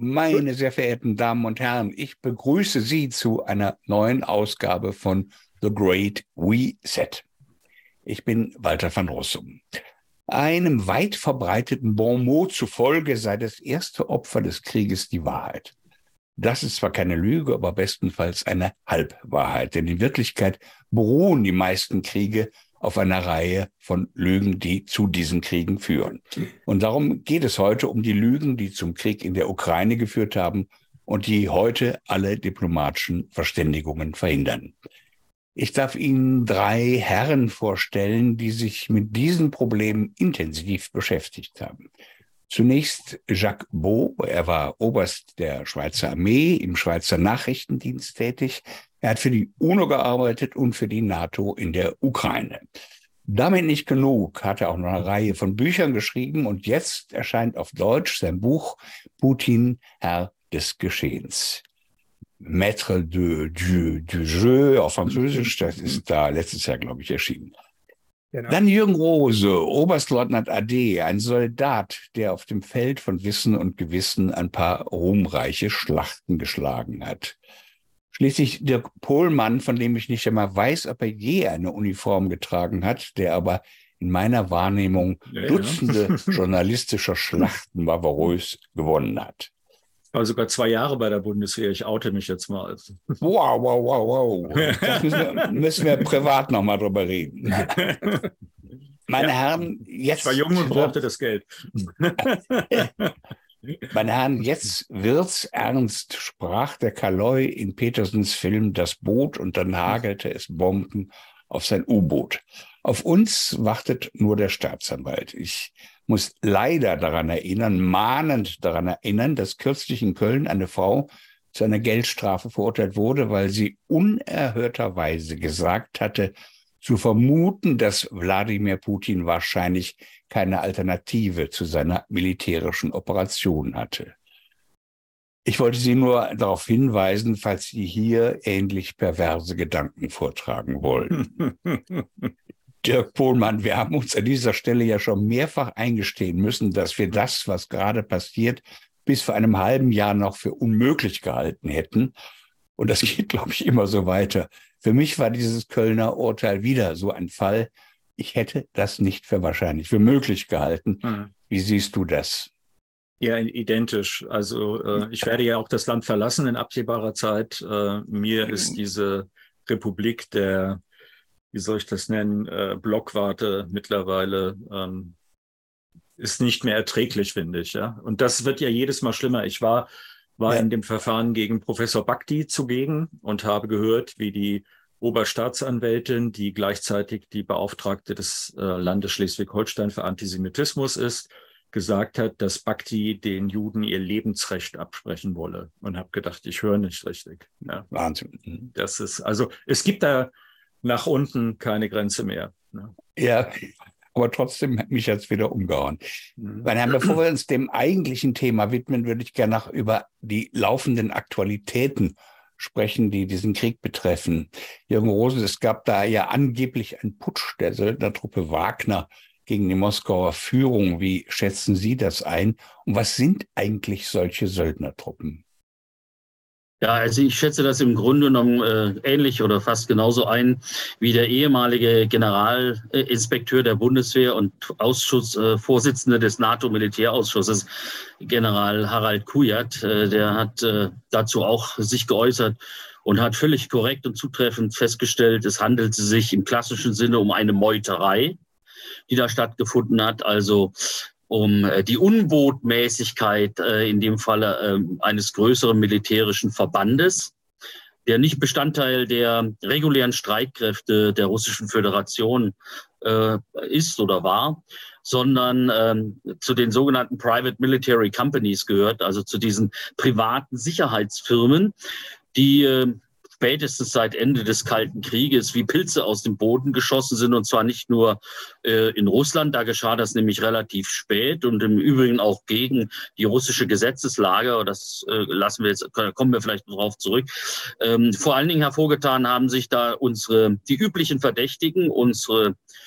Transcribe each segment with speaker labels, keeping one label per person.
Speaker 1: Meine sehr verehrten Damen und Herren, ich begrüße Sie zu einer neuen Ausgabe von The Great Reset. Ich bin Walter van Rossum. Einem weit verbreiteten Bonmot zufolge sei das erste Opfer des Krieges die Wahrheit. Das ist zwar keine Lüge, aber bestenfalls eine Halbwahrheit, denn in Wirklichkeit beruhen die meisten Kriege auf einer Reihe von Lügen, die zu diesen Kriegen führen. Und darum geht es heute um die Lügen, die zum Krieg in der Ukraine geführt haben und die heute alle diplomatischen Verständigungen verhindern. Ich darf Ihnen 3 Herren vorstellen, die sich mit diesen Problemen intensiv beschäftigt haben. Zunächst Jacques Beau, er war Oberst der Schweizer Armee, im Schweizer Nachrichtendienst tätig. Er hat für die UNO gearbeitet und für die NATO in der Ukraine. Damit nicht genug, hat er auch noch eine Reihe von Büchern geschrieben und jetzt erscheint auf Deutsch sein Buch Putin, Herr des Geschehens. Maître du jeu auf Französisch, das ist da letztes Jahr, glaube ich, erschienen. Genau. Dann Jürgen Rose, Oberstleutnant AD, ein Soldat, der auf dem Feld von Wissen und Gewissen ein paar ruhmreiche Schlachten geschlagen hat. Schließlich Dirk Pohlmann, von dem ich nicht einmal weiß, ob er je eine Uniform getragen hat, der aber in meiner Wahrnehmung Dutzende journalistischer Schlachten bravourös gewonnen hat.
Speaker 2: Aber sogar 2 Jahre bei der Bundeswehr. Ich oute mich jetzt mal.
Speaker 1: Wow. Das müssen wir privat noch mal drüber reden. Meine Herren, jetzt...
Speaker 2: Ich war jung und brauchte das Geld.
Speaker 1: Meine Herren, jetzt wird's ernst, sprach der Kaloi in Petersens Film Das Boot und dann hagelte es Bomben auf sein U-Boot. Auf uns wartet nur der Staatsanwalt. Ich muss leider mahnend daran erinnern, dass kürzlich in Köln eine Frau zu einer Geldstrafe verurteilt wurde, weil sie unerhörterweise gesagt hatte, zu vermuten, dass Wladimir Putin wahrscheinlich keine Alternative zu seiner militärischen Operation hatte. Ich wollte Sie nur darauf hinweisen, falls Sie hier ähnlich perverse Gedanken vortragen wollen. Dirk Pohlmann, wir haben uns an dieser Stelle ja schon mehrfach eingestehen müssen, dass wir das, was gerade passiert, bis vor einem halben Jahr noch für unmöglich gehalten hätten. Und das geht, glaube ich, immer so weiter. Für mich war dieses Kölner Urteil wieder so ein Fall. Ich hätte das nicht für wahrscheinlich, für möglich gehalten. Wie siehst du das?
Speaker 2: Ja, identisch. Also ich werde ja auch das Land verlassen in absehbarer Zeit. Mir ist diese Republik der, wie soll ich das nennen, Blockwarte mittlerweile ist nicht mehr erträglich, finde ich. Ja? Und das wird ja jedes Mal schlimmer. Ich war in dem Verfahren gegen Professor Bakti zugegen und habe gehört, wie die Oberstaatsanwältin, die gleichzeitig die Beauftragte des Landes Schleswig-Holstein für Antisemitismus ist, gesagt hat, dass Bakti den Juden ihr Lebensrecht absprechen wolle. Und habe gedacht, ich höre nicht richtig. Ja.
Speaker 1: Wahnsinn.
Speaker 2: Das ist, also es gibt da nach unten keine Grenze mehr. Ne?
Speaker 1: Ja, aber trotzdem hat mich jetzt wieder umgehauen. Meine Herren, bevor wir uns dem eigentlichen Thema widmen, würde ich gerne noch über die laufenden Aktualitäten sprechen, die diesen Krieg betreffen. Jürgen Rose, es gab da ja angeblich einen Putsch der Söldnertruppe Wagner gegen die Moskauer Führung. Wie schätzen Sie das ein? Und was sind eigentlich solche Söldnertruppen?
Speaker 3: Ja, also ich schätze das im Grunde genommen ähnlich oder fast genauso ein wie der ehemalige Generalinspekteur der Bundeswehr und Ausschussvorsitzende des NATO-Militärausschusses, General Harald Kujat. Der hat dazu auch sich geäußert und hat völlig korrekt und zutreffend festgestellt, es handelte sich im klassischen Sinne um eine Meuterei, die da stattgefunden hat, also um die Unbotmäßigkeit in dem Falle eines größeren militärischen Verbandes, der nicht Bestandteil der regulären Streitkräfte der Russischen Föderation ist oder war, sondern zu den sogenannten Private Military Companies gehört, also zu diesen privaten Sicherheitsfirmen, die spätestens seit Ende des Kalten Krieges wie Pilze aus dem Boden geschossen sind, und zwar nicht nur in Russland, da geschah das nämlich relativ spät und im Übrigen auch gegen die russische Gesetzeslage, das lassen wir jetzt, kommen wir vielleicht noch drauf zurück. Vor allen Dingen hervorgetan haben sich da die üblichen Verdächtigen, unsere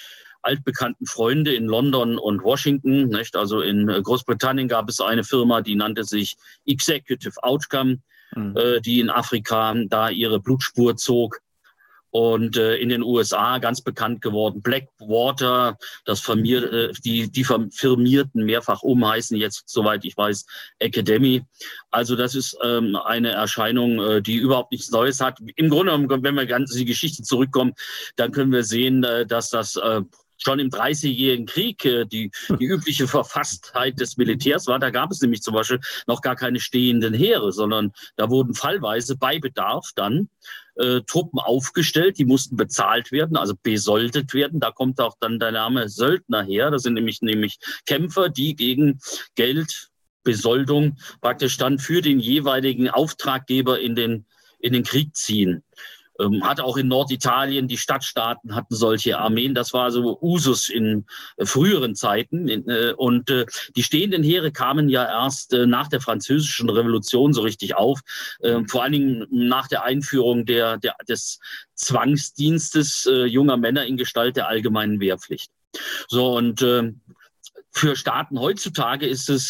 Speaker 3: altbekannten Freunde in London und Washington. Nicht? Also in Großbritannien gab es eine Firma, die nannte sich Executive Outcome, die in Afrika da ihre Blutspur zog. Und in den USA ganz bekannt geworden, Blackwater, die firmierten mehrfach heißen jetzt, soweit ich weiß, Academy. Also das ist eine Erscheinung, die überhaupt nichts Neues hat. Im Grunde genommen, wenn wir ganz in die Geschichte zurückkommen, dann können wir sehen, dass das schon im 30-jährigen Krieg die übliche Verfasstheit des Militärs war. Da gab es nämlich zum Beispiel noch gar keine stehenden Heere, sondern da wurden fallweise bei Bedarf dann Truppen aufgestellt, die mussten bezahlt werden, also besoldet werden. Da kommt auch dann der Name Söldner her. Das sind nämlich Kämpfer, die gegen Geld, Besoldung praktisch dann für den jeweiligen Auftraggeber in den Krieg ziehen. Hat auch in Norditalien, die Stadtstaaten hatten solche Armeen. Das war so Usus in früheren Zeiten. Und die stehenden Heere kamen ja erst nach der Französischen Revolution so richtig auf. Vor allen Dingen nach der Einführung des Zwangsdienstes junger Männer in Gestalt der allgemeinen Wehrpflicht. So, und für Staaten heutzutage ist es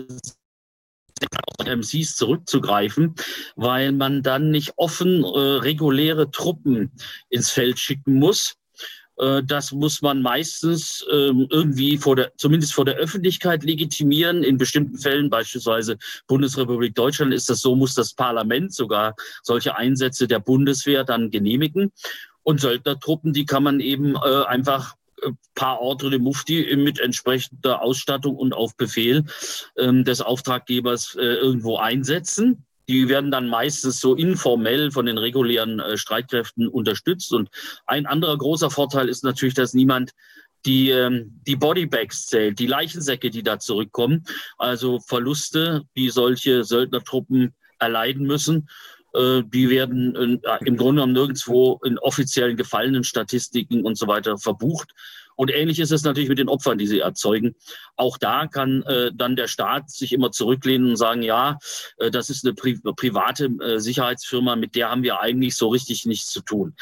Speaker 3: auf MCs zurückzugreifen, weil man dann nicht offen reguläre Truppen ins Feld schicken muss. Das muss man meistens irgendwie zumindest vor der Öffentlichkeit legitimieren. In bestimmten Fällen, beispielsweise Bundesrepublik Deutschland, ist das so, muss das Parlament sogar solche Einsätze der Bundeswehr dann genehmigen. Und Söldnertruppen, die kann man eben einfach par ordre de Mufti mit entsprechender Ausstattung und auf Befehl des Auftraggebers irgendwo einsetzen. Die werden dann meistens so informell von den regulären Streitkräften unterstützt. Und ein anderer großer Vorteil ist natürlich, dass niemand die Bodybags zählt, die Leichensäcke, die da zurückkommen. Also Verluste, die solche Söldnertruppen erleiden müssen. Die werden im Grunde genommen nirgendwo in offiziellen gefallenen Statistiken und so weiter verbucht. Und ähnlich ist es natürlich mit den Opfern, die sie erzeugen. Auch da kann dann der Staat sich immer zurücklehnen und sagen, ja, das ist eine private Sicherheitsfirma, mit der haben wir eigentlich so richtig nichts zu tun.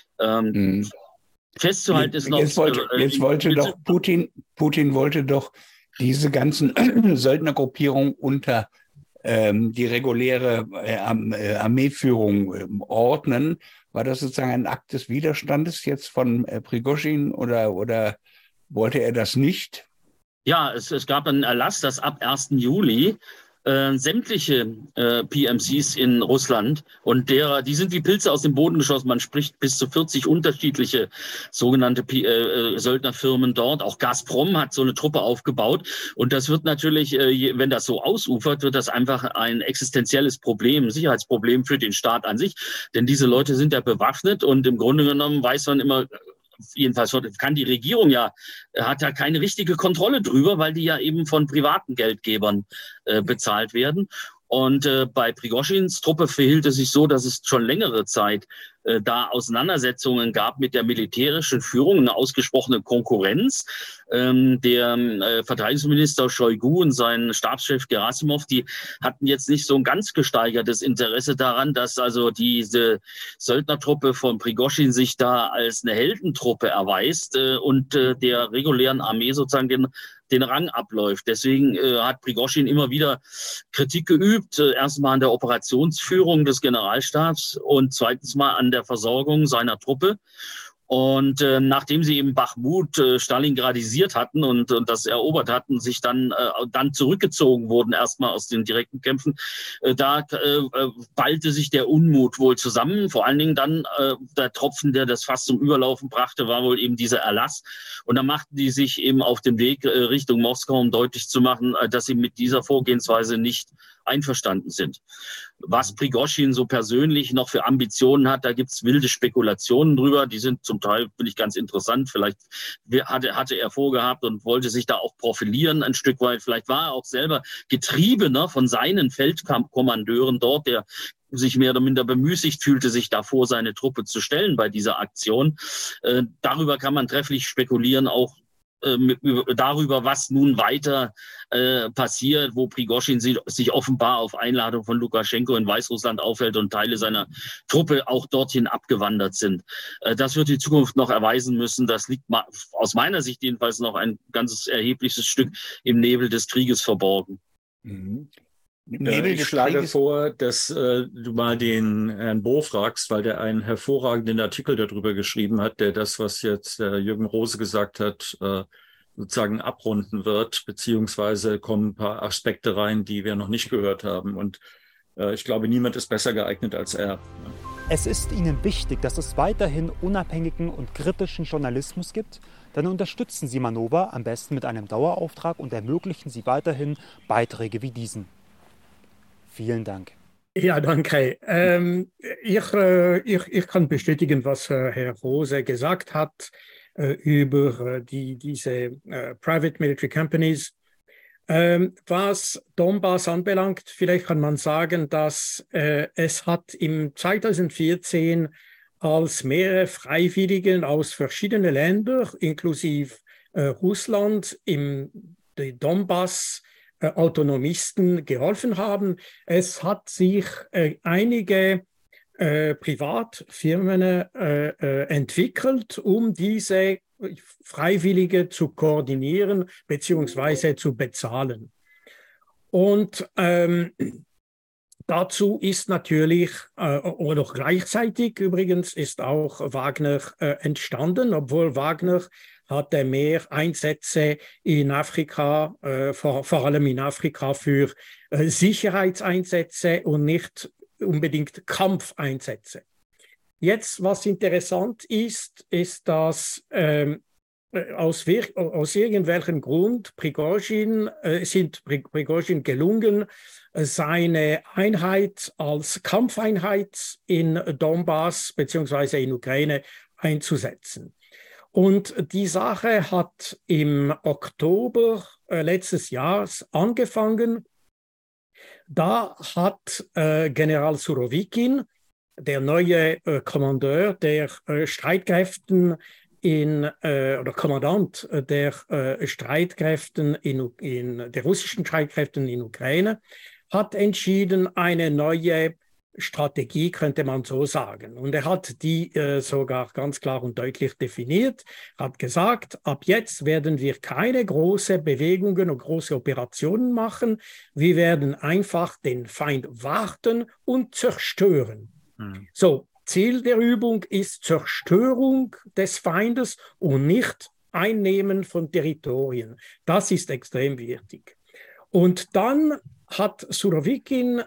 Speaker 3: Festzuhalten ist noch... Jetzt
Speaker 1: wollte doch Putin wollte doch diese ganzen Söldnergruppierungen unter die reguläre Armeeführung ordnen. War das sozusagen ein Akt des Widerstandes jetzt von Prigoschin oder wollte er das nicht?
Speaker 3: Ja, es gab einen Erlass, dass ab 1. Juli sämtliche PMCs in Russland und die sind wie Pilze aus dem Boden geschossen. Man spricht bis zu 40 unterschiedliche sogenannte Söldnerfirmen dort. Auch Gazprom hat so eine Truppe aufgebaut. Und das wird natürlich, wenn das so ausufert, wird das einfach ein existenzielles Problem, ein Sicherheitsproblem für den Staat an sich. Denn diese Leute sind ja bewaffnet und im Grunde genommen weiß man immer, jedenfalls kann die Regierung hat da keine richtige Kontrolle drüber, weil die ja eben von privaten Geldgebern bezahlt werden. Und bei Prigoschins Truppe verhielt es sich so, dass es schon längere Zeit da Auseinandersetzungen gab mit der militärischen Führung, eine ausgesprochene Konkurrenz. Der Verteidigungsminister Shoigu und sein Stabschef Gerasimov, die hatten jetzt nicht so ein ganz gesteigertes Interesse daran, dass also diese Söldnertruppe von Prigoschin sich da als eine Heldentruppe erweist und der regulären Armee sozusagen den Rang abläuft. Deswegen hat Prigoschin immer wieder Kritik geübt. Erstmal an der Operationsführung des Generalstabs und zweitens mal an der Versorgung seiner Truppe. Und nachdem sie eben Bachmut stalingradisiert hatten und das erobert hatten, sich dann zurückgezogen wurden, erstmal aus den direkten Kämpfen, ballte sich der Unmut wohl zusammen. Vor allen Dingen dann der Tropfen, der das Fass zum Überlaufen brachte, war wohl eben dieser Erlass. Und dann machten die sich eben auf den Weg Richtung Moskau, um deutlich zu machen, dass sie mit dieser Vorgehensweise nicht einverstanden sind. Was Prigoschin so persönlich noch für Ambitionen hat, da gibt es wilde Spekulationen drüber. Die sind zum Teil, finde ich, ganz interessant. Vielleicht hatte er vorgehabt und wollte sich da auch profilieren ein Stück weit. Vielleicht war er auch selber Getriebener von seinen Feldkommandeuren dort, der sich mehr oder minder bemüßigt fühlte, sich davor seine Truppe zu stellen bei dieser Aktion. Darüber kann man trefflich spekulieren, auch darüber, was nun weiter passiert, wo Prigoschin sich offenbar auf Einladung von Lukaschenko in Weißrussland aufhält und Teile seiner Truppe auch dorthin abgewandert sind. Das wird die Zukunft noch erweisen müssen. Das liegt aus meiner Sicht jedenfalls noch ein ganzes erhebliches Stück im Nebel des Krieges verborgen.
Speaker 1: Mhm.
Speaker 2: Ich schlage vor, dass du mal den Herrn Bo fragst, weil der einen hervorragenden Artikel darüber geschrieben hat, der das, was jetzt Jürgen Rose gesagt hat, sozusagen abrunden wird, beziehungsweise kommen ein paar Aspekte rein, die wir noch nicht gehört haben. Und ich glaube, niemand ist besser geeignet als er.
Speaker 4: Es ist Ihnen wichtig, dass es weiterhin unabhängigen und kritischen Journalismus gibt. Dann unterstützen Sie Manova am besten mit einem Dauerauftrag und ermöglichen Sie weiterhin Beiträge wie diesen. Vielen Dank.
Speaker 5: Ja, danke. Ich kann bestätigen, was Herr Rose gesagt hat über diese Private Military Companies. Was Donbass anbelangt, vielleicht kann man sagen, dass es hat im 2014 als mehrere Freiwilligen aus verschiedenen Ländern, inklusive Russland, im Donbass Autonomisten geholfen haben. Es hat sich einige Privatfirmen entwickelt, um diese Freiwillige zu koordinieren bzw. zu bezahlen. Und dazu ist natürlich, oder gleichzeitig übrigens, ist auch Wagner entstanden, obwohl Wagner hatte mehr Einsätze in Afrika, vor allem in Afrika für Sicherheitseinsätze und nicht unbedingt Kampfeinsätze. Jetzt, was interessant ist, dass aus irgendwelchem Grund Prigozhin gelungen, seine Einheit als Kampfeinheit in Donbass bzw. in Ukraine einzusetzen. Und die Sache hat im Oktober letztes Jahres angefangen. Da hat General Surovikin, der neue Kommandeur der Streitkräften oder Kommandant der Streitkräften der russischen Streitkräften in Ukraine, hat entschieden, eine neue Strategie, könnte man so sagen. Und er hat die sogar ganz klar und deutlich definiert, hat gesagt, ab jetzt werden wir keine großen Bewegungen und große Operationen machen. Wir werden einfach den Feind warten und zerstören. So, Ziel der Übung ist Zerstörung des Feindes und nicht Einnehmen von Territorien. Das ist extrem wichtig. Und dann hat Surovikin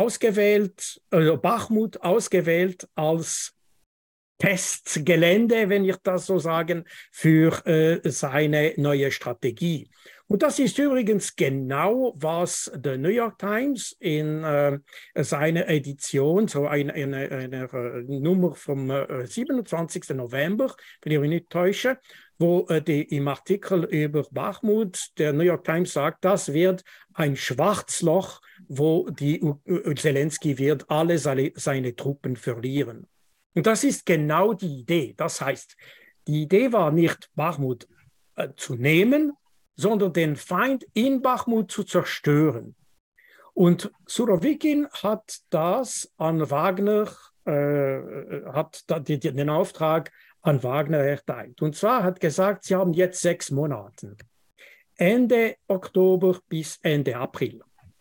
Speaker 5: Bachmut ausgewählt als Testgelände, wenn ich das so sagen, für seine neue Strategie. Und das ist übrigens genau, was der New York Times in seiner Edition, so eine Nummer vom 27. November, wenn ich mich nicht täusche, wo im Artikel über Bachmut der New York Times sagt, das wird ein Schwarzloch, wo Zelensky wird alle seine Truppen verlieren. Und das ist genau die Idee. Das heißt, die Idee war nicht, Bachmut zu nehmen, sondern den Feind in Bachmut zu zerstören. Und Surovikin hat das an Wagner, den Auftrag an Wagner erteilt. Und zwar hat gesagt, sie haben jetzt 6 Monate, Ende Oktober bis Ende April.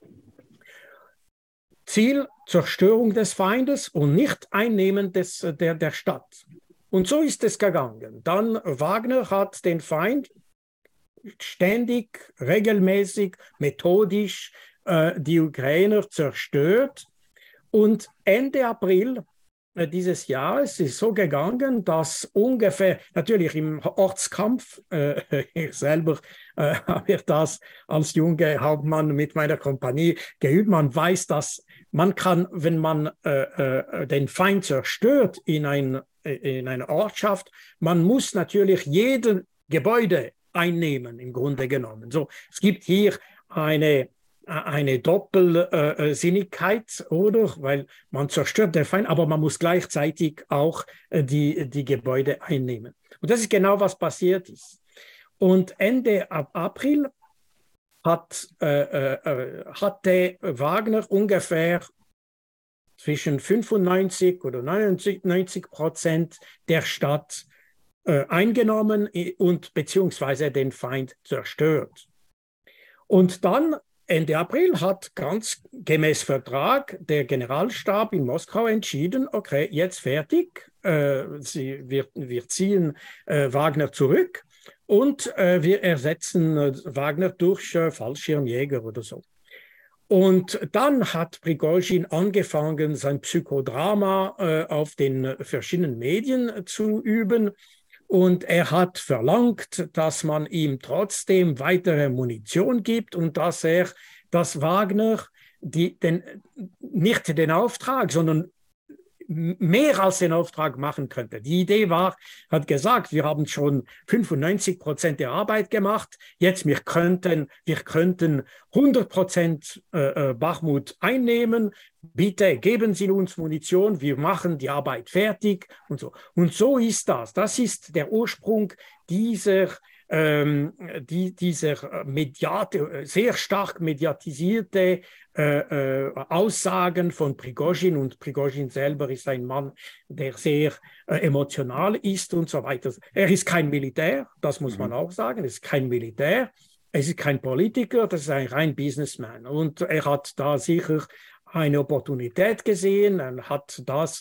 Speaker 5: Ziel, Zerstörung des Feindes und nicht Einnehmen der Stadt. Und so ist es gegangen. Dann Wagner hat den Feind ständig, regelmäßig, methodisch die Ukrainer zerstört. Und Ende April dieses Jahres ist so gegangen, dass ungefähr, natürlich im Ortskampf, ich selber habe das als junger Hauptmann mit meiner Kompanie geübt, man weiß, dass man kann, wenn man den Feind zerstört in einer Ortschaft, man muss natürlich jedes Gebäude einnehmen, im Grunde genommen. So, es gibt hier eine Doppelsinnigkeit, oder? Weil man zerstört den Feind, aber man muss gleichzeitig auch die Gebäude einnehmen. Und das ist genau, was passiert ist. Und Ende April hatte Wagner ungefähr zwischen 95 oder 99% der Stadt eingenommen und beziehungsweise den Feind zerstört. Und dann Ende April hat ganz gemäß Vertrag der Generalstab in Moskau entschieden, okay, jetzt fertig, wir ziehen Wagner zurück und wir ersetzen Wagner durch Fallschirmjäger oder so. Und dann hat Prigozhin angefangen, sein Psychodrama auf den verschiedenen Medien zu üben. Und er hat verlangt, dass man ihm trotzdem weitere Munition gibt und dass Wagner nicht den Auftrag, sondern mehr als den Auftrag machen könnte. Die Idee hat gesagt, wir haben schon 95% der Arbeit gemacht, jetzt wir könnten 100% Bachmut einnehmen, bitte geben Sie uns Munition, wir machen die Arbeit fertig und so. Und so ist das. Das ist der Ursprung dieser sehr stark mediatisierte Aussagen von Prigozhin, und Prigozhin selber ist ein Mann, der sehr emotional ist und so weiter. Er ist kein Militär, das muss man auch sagen, er ist kein Militär, er ist kein Politiker, das ist ein rein Businessman, und er hat da sicher eine Opportunität gesehen, er hat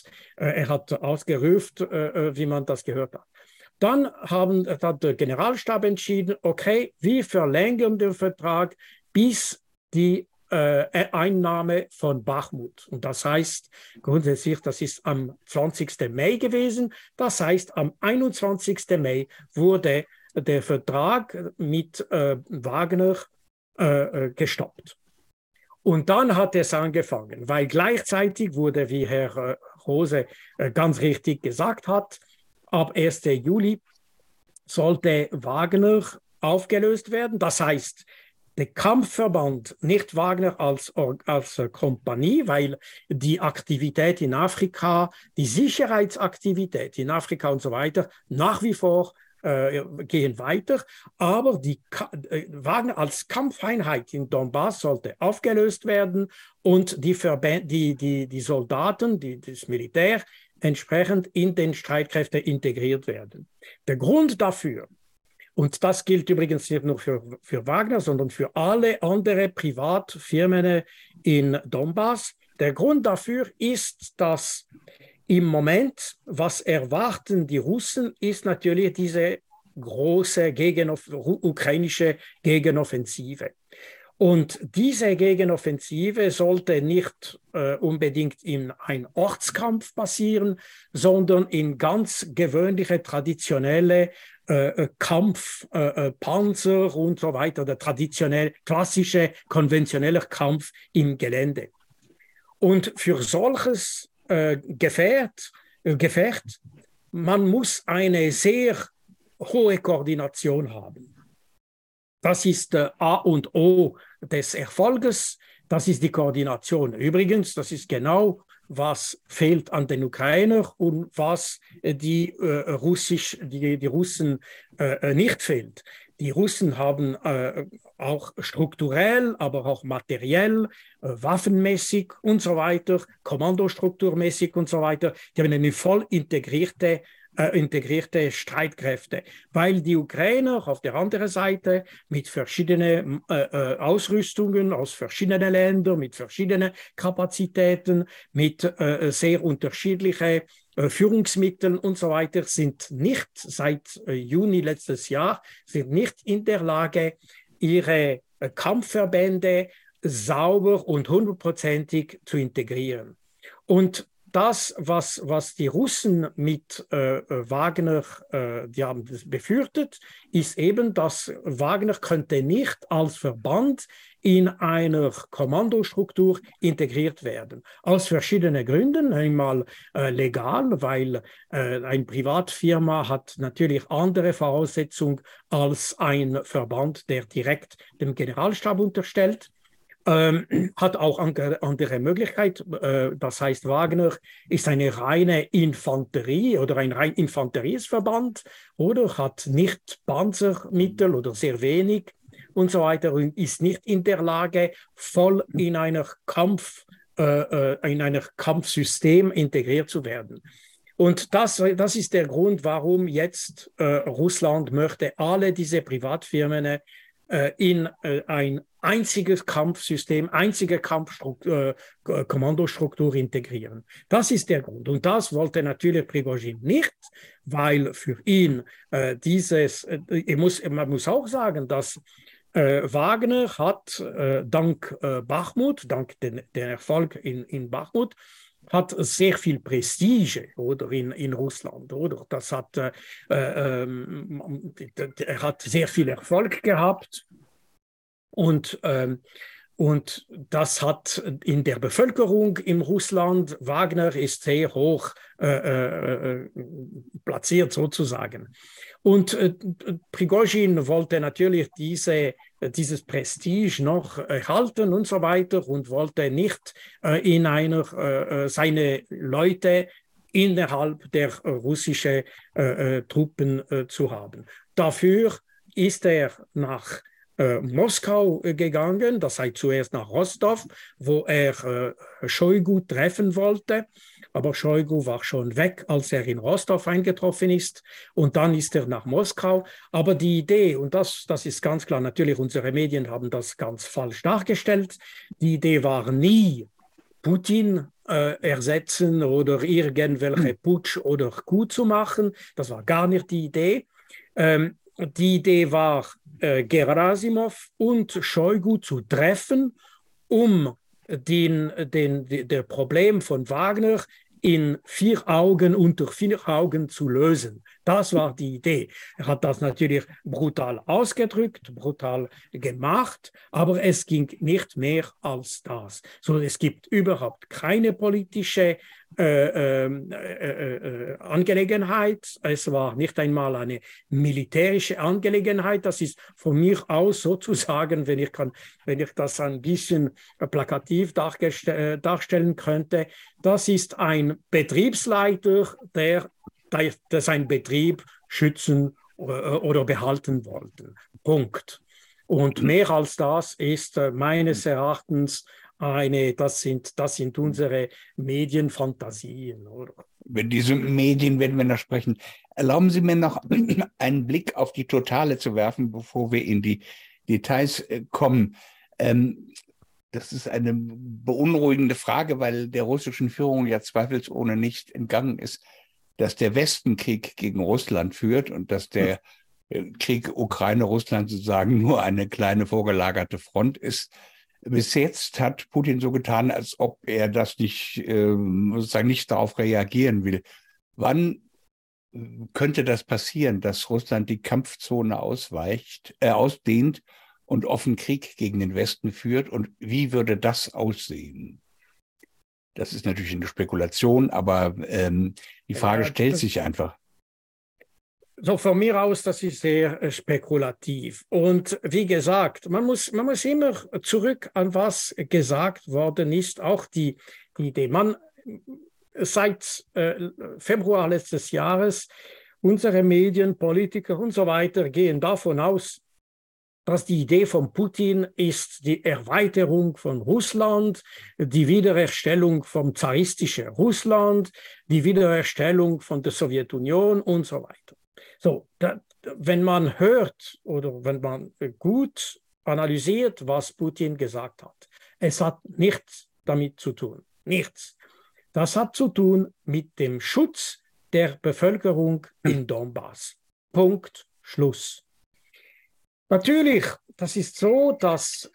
Speaker 5: ausgerufen, wie man das gehört hat. Dann hat der Generalstab entschieden, okay, wir verlängern den Vertrag bis die Einnahme von Bachmut. Und das heißt, grundsätzlich, das ist am 20. Mai gewesen, das heißt, am 21. Mai wurde der Vertrag mit Wagner gestoppt. Und dann hat es angefangen, weil gleichzeitig wurde, wie Herr Rose ganz richtig gesagt hat, ab 1. Juli sollte Wagner aufgelöst werden. Das heißt, der Kampfverband, nicht Wagner als Kompanie, weil die Aktivität in Afrika, die Sicherheitsaktivität in Afrika und so weiter, nach wie vor gehen weiter. Aber Wagner als Kampfeinheit in Donbass sollte aufgelöst werden und die Soldaten, das Militär, entsprechend in den Streitkräfte integriert werden. Der Grund dafür, und das gilt übrigens nicht nur für Wagner, sondern für alle anderen Privatfirmen in Donbass, der Grund dafür ist, dass im Moment, was erwarten die Russen, ist natürlich diese große ukrainische Gegenoffensive. Und diese Gegenoffensive sollte nicht unbedingt in einen Ortskampf passieren, sondern in ganz gewöhnliche, traditionelle Kampf, Panzer und so weiter, der traditionell klassische, konventionelle Kampf im Gelände. Und für solches Gefecht, man muss eine sehr hohe Koordination haben. Das ist A und O des Erfolges, das ist die Koordination. Übrigens, das ist genau, was fehlt an den Ukrainern und was die Russen nicht fehlt. Die Russen haben auch strukturell, aber auch materiell, waffenmäßig und so weiter, kommandostrukturmäßig und so weiter, die haben eine voll integrierte Streitkräfte, weil die Ukrainer auf der anderen Seite mit verschiedenen Ausrüstungen aus verschiedenen Ländern, mit verschiedenen Kapazitäten, mit sehr unterschiedlichen Führungsmitteln und so weiter, sind nicht seit Juni letztes Jahr, sind nicht in der Lage, ihre Kampfverbände sauber und 100%ig zu integrieren. Und das, was die Russen mit Wagner, die haben das befürchtet, ist eben, dass Wagner könnte nicht als Verband in einer Kommandostruktur integriert werden. Aus verschiedenen Gründen. Einmal legal, weil eine Privatfirma hat natürlich andere Voraussetzungen als ein Verband, der direkt dem Generalstab unterstellt. hat auch andere Möglichkeit. Das heißt, Wagner ist eine reine Infanterie oder ein rein Infanterieverband oder hat nicht Panzermittel oder sehr wenig und so weiter und ist nicht in der Lage, voll in einer Kampfsystem integriert zu werden. Und das ist der Grund, warum jetzt Russland möchte alle diese Privatfirmen in ein einziges Kampfsystem, einzige Kommandostruktur integrieren. Das ist der Grund. Und das wollte natürlich Prigozhin nicht, weil für ihn man muss auch sagen, dass Wagner hat dank Bachmut, dank den Erfolg in Bachmut, hat sehr viel Prestige oder in Russland, oder? Er hat sehr viel Erfolg gehabt und das hat in der Bevölkerung in Russland, Wagner ist sehr hoch platziert sozusagen. Und Prigozhin wollte natürlich dieses Prestige noch erhalten und so weiter und wollte nicht seine Leute innerhalb der russischen Truppen zu haben. Dafür ist er nach Moskau gegangen, das heißt zuerst nach Rostov, wo er Shoigu treffen wollte. Aber Shoigu war schon weg, als er in Rostov eingetroffen ist. Und dann ist er nach Moskau. Aber die Idee, und das ist ganz klar, natürlich unsere Medien haben das ganz falsch dargestellt, die Idee war nie, Putin ersetzen oder irgendwelche Putsch oder Coup zu machen. Das war gar nicht die Idee. Die Idee war, Gerasimov und Shoigu zu treffen, um der Problem von Wagner unter 4 Augen zu lösen. Das war die Idee. Er hat das natürlich brutal ausgedrückt, brutal gemacht, aber es ging nicht mehr als das. So, es gibt überhaupt keine politische Angelegenheit. Es war nicht einmal eine militärische Angelegenheit. Das ist von mir aus sozusagen, wenn ich das ein bisschen plakativ darstellen könnte, das ist ein Betriebsleiter, der seinen Betrieb schützen oder behalten wollte. Punkt. Und mehr als das ist meines Erachtens das sind unsere Medienfantasien, oder?
Speaker 1: Über diese Medien werden wir noch sprechen. Erlauben Sie mir noch einen Blick auf die Totale zu werfen, bevor wir in die Details kommen. Das ist eine beunruhigende Frage, weil der russischen Führung ja zweifelsohne nicht entgangen ist, dass der Westen Krieg gegen Russland führt und dass der Krieg Ukraine-Russland sozusagen nur eine kleine vorgelagerte Front ist. Bis jetzt hat Putin so getan, als ob er das sozusagen nicht darauf reagieren will. Wann könnte das passieren, dass Russland die Kampfzone ausdehnt und offen Krieg gegen den Westen führt? Und wie würde das aussehen? Das ist natürlich eine Spekulation, aber die Frage stellt sich einfach.
Speaker 5: So von mir aus, das ist sehr spekulativ. Und wie gesagt, man muss immer zurück an was gesagt worden ist, auch die Idee. Seit Februar letztes Jahres, unsere Medien, Politiker und so weiter gehen davon aus, dass die Idee von Putin ist die Erweiterung von Russland, die Wiederherstellung vom zaristischen Russland, die Wiederherstellung von der Sowjetunion und so weiter. So, wenn man hört oder wenn man gut analysiert, was Putin gesagt hat, es hat nichts damit zu tun. Nichts. Das hat zu tun mit dem Schutz der Bevölkerung in Donbass. Punkt, Schluss. Natürlich, das ist so, dass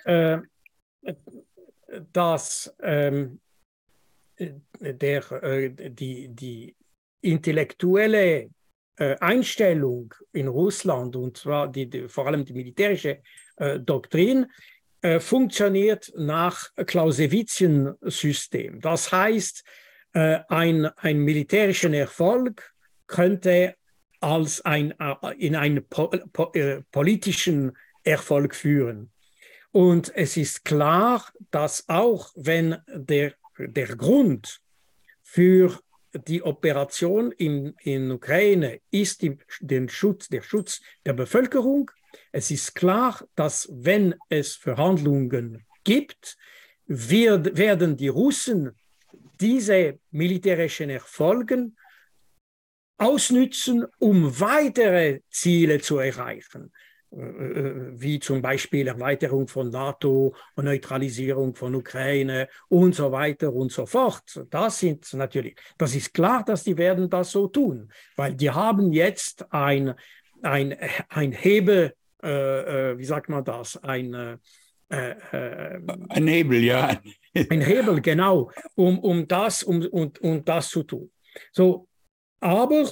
Speaker 5: die intellektuelle Einstellung in Russland, und zwar vor allem die militärische Doktrin, funktioniert nach Clausewitzian-System. Das heißt, ein militärischen Erfolg könnte in einen politischen Erfolg führen. Und es ist klar, dass auch wenn der Grund für die Operation in Ukraine ist der Schutz der Bevölkerung, es ist klar, dass wenn es Verhandlungen gibt, werden die Russen diese militärischen Erfolge ausnützen, um weitere Ziele zu erreichen, wie zum Beispiel Erweiterung von NATO und Neutralisierung von Ukraine und so weiter und so fort. Das ist klar, dass die werden das so tun, weil die haben jetzt ein Hebel, wie sagt man das,
Speaker 1: ein Hebel, ja.
Speaker 5: Ein Hebel, genau, um das zu tun. So, aber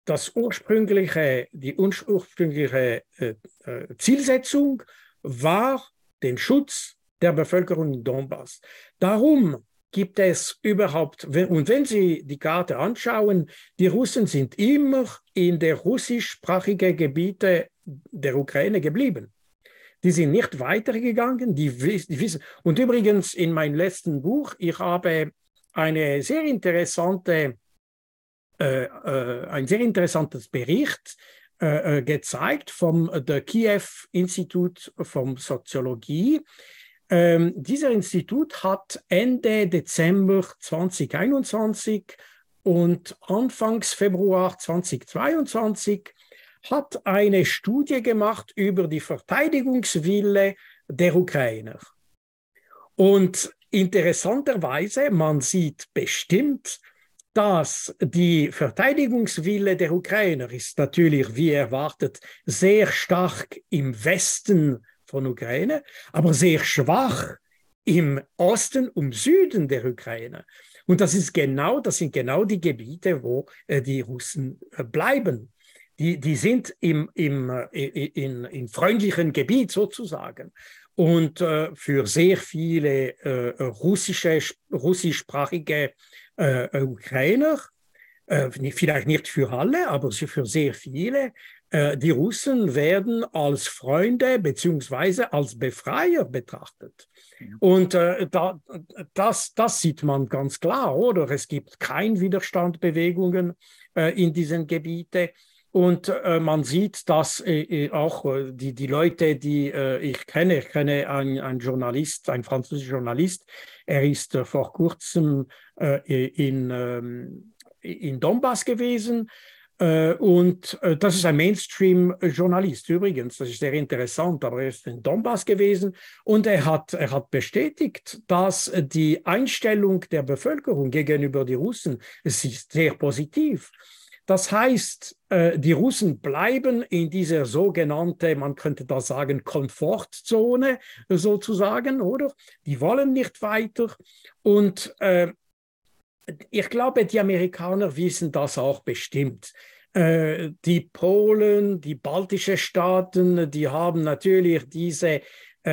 Speaker 5: die ursprüngliche Zielsetzung war den Schutz der Bevölkerung in Donbass. Darum gibt es überhaupt, und wenn Sie die Karte anschauen, die Russen sind immer in der russischsprachigen Gebiete der Ukraine geblieben. Die sind nicht weitergegangen, die wissen. Und übrigens in meinem letzten Buch, ich habe ein sehr interessantes Bericht gezeigt vom Kiew Institut für Soziologie. Dieser Institut hat Ende Dezember 2021 und Anfangs Februar 2022 hat eine Studie gemacht über die Verteidigungswille der Ukrainer. Und interessanterweise, man sieht bestimmt, dass die Verteidigungswille der Ukrainer ist natürlich, wie erwartet, sehr stark im Westen von Ukraine, aber sehr schwach im Osten und Süden der Ukraine. Und das sind genau die Gebiete, wo die Russen bleiben. Die sind in freundlichen Gebiet sozusagen. Und für sehr viele russischsprachige Ukrainer, vielleicht nicht für alle, aber für sehr viele, die Russen werden als Freunde bzw. als Befreier betrachtet. Und das sieht man ganz klar, oder? Es gibt keine Widerstandsbewegungen in diesen Gebieten. Und man sieht, dass auch die Leute, die ich kenne einen Journalist, einen französischen Journalist, er ist vor kurzem in Donbass gewesen. Und das ist ein Mainstream-Journalist übrigens, das ist sehr interessant, aber er ist in Donbass gewesen und er hat bestätigt, dass die Einstellung der Bevölkerung gegenüber den Russen ist sehr positiv. Das heißt, die Russen bleiben in dieser sogenannten, man könnte da sagen, Komfortzone sozusagen, oder? Die wollen nicht weiter. Und ich glaube, die Amerikaner wissen das auch bestimmt. Die Polen, die baltischen Staaten, die haben natürlich die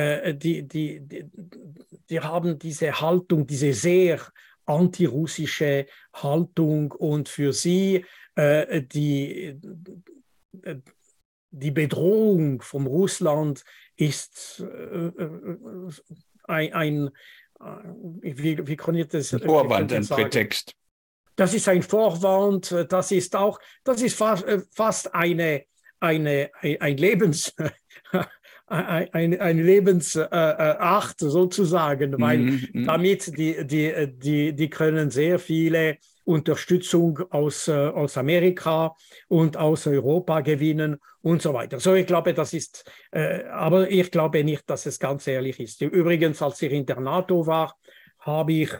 Speaker 5: haben diese Haltung, diese sehr antirussische Haltung und für sie die Bedrohung von Russland ist wie kann ich das?
Speaker 1: Ein Vorwand, ein Prätext.
Speaker 5: Das ist ein Vorwand, das ist fast eine Lebensart sozusagen, weil damit die können sehr viele Unterstützung aus Amerika und aus Europa gewinnen und so weiter. So, ich glaube, das ist, aber ich glaube nicht, dass es ganz ehrlich ist. Übrigens, als ich in der NATO war, habe ich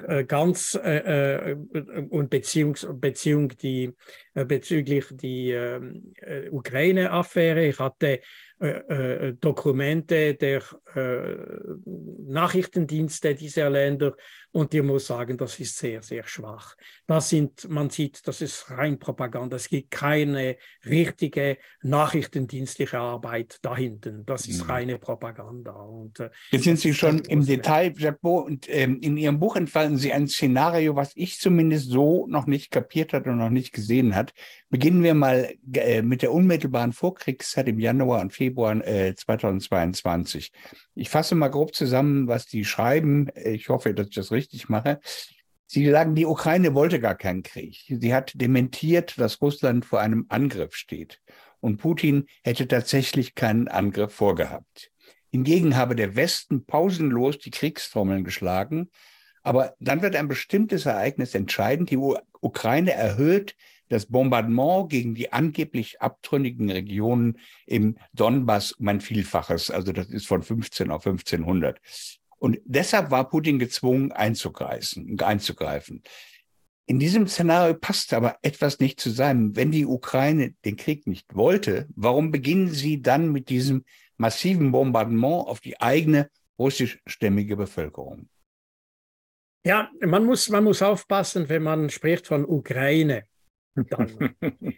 Speaker 5: und bezüglich die Ukraine-Affäre, ich hatte Dokumente der Nachrichtendienste dieser Länder und ich muss sagen, das ist sehr, sehr schwach. Man sieht, das ist rein Propaganda. Es gibt keine richtige nachrichtendienstliche Arbeit dahinten. Das ist reine Propaganda. Und,
Speaker 1: jetzt sind Sie schon im Detail, Jacques, und in Ihrem Buch entfalten Sie ein Szenario, was ich zumindest so noch nicht kapiert habe und noch nicht gesehen habe. Beginnen wir mal mit der unmittelbaren Vorkriegszeit im Januar und Februar Februar 2022. Ich fasse mal grob zusammen, was die schreiben. Ich hoffe, dass ich das richtig mache. Sie sagen, die Ukraine wollte gar keinen Krieg. Sie hat dementiert, dass Russland vor einem Angriff steht. Und Putin hätte tatsächlich keinen Angriff vorgehabt. Hingegen habe der Westen pausenlos die Kriegstrommeln geschlagen. Aber dann wird ein bestimmtes Ereignis entscheidend. Die Ukraine erhöht das Bombardement gegen die angeblich abtrünnigen Regionen im Donbass um ein Vielfaches. Also das ist von 15 auf 1500. Und deshalb war Putin gezwungen einzugreifen. In diesem Szenario passt aber etwas nicht zusammen. Wenn die Ukraine den Krieg nicht wollte, warum beginnen sie dann mit diesem massiven Bombardement auf die eigene russischstämmige Bevölkerung?
Speaker 5: Ja, man muss aufpassen, wenn man spricht von Ukraine. Dann.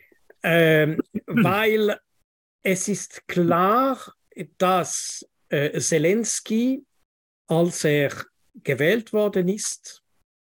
Speaker 5: Weil es ist klar, dass Zelensky, als er gewählt worden ist,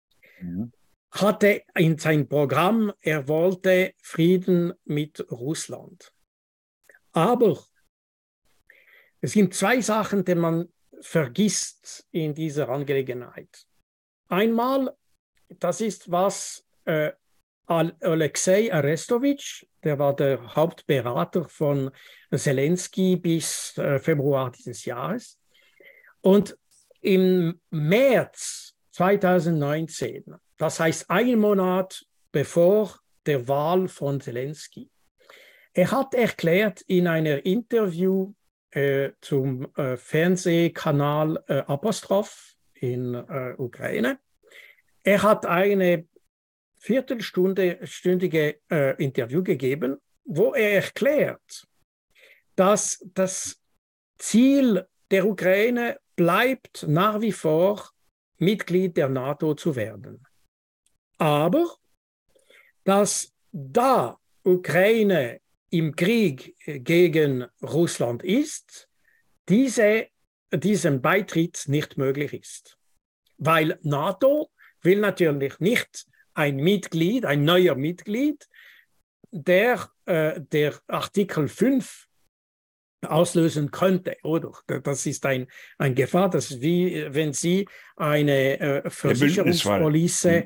Speaker 5: hatte in sein Programm, er wollte Frieden mit Russland. Aber es sind zwei Sachen, die man vergisst in dieser Angelegenheit. Einmal, das ist, was Alexei Arestovich, der war der Hauptberater von Zelensky bis Februar dieses Jahres. Und im März 2019, das heißt einen Monat bevor der Wahl von Zelensky, er hat erklärt in einem Interview zum Fernsehkanal Apostroph in Ukraine, er hat eine viertelstündige Interview gegeben, wo er erklärt, dass das Ziel der Ukraine bleibt nach wie vor, Mitglied der NATO zu werden. Aber dass da Ukraine im Krieg gegen Russland ist, diesem Beitritt nicht möglich ist. Weil NATO will natürlich nicht ein neuer Mitglied, der Artikel 5 auslösen könnte, oder? Das ist ein Gefahr, das ist wie wenn Sie eine Versicherungspolice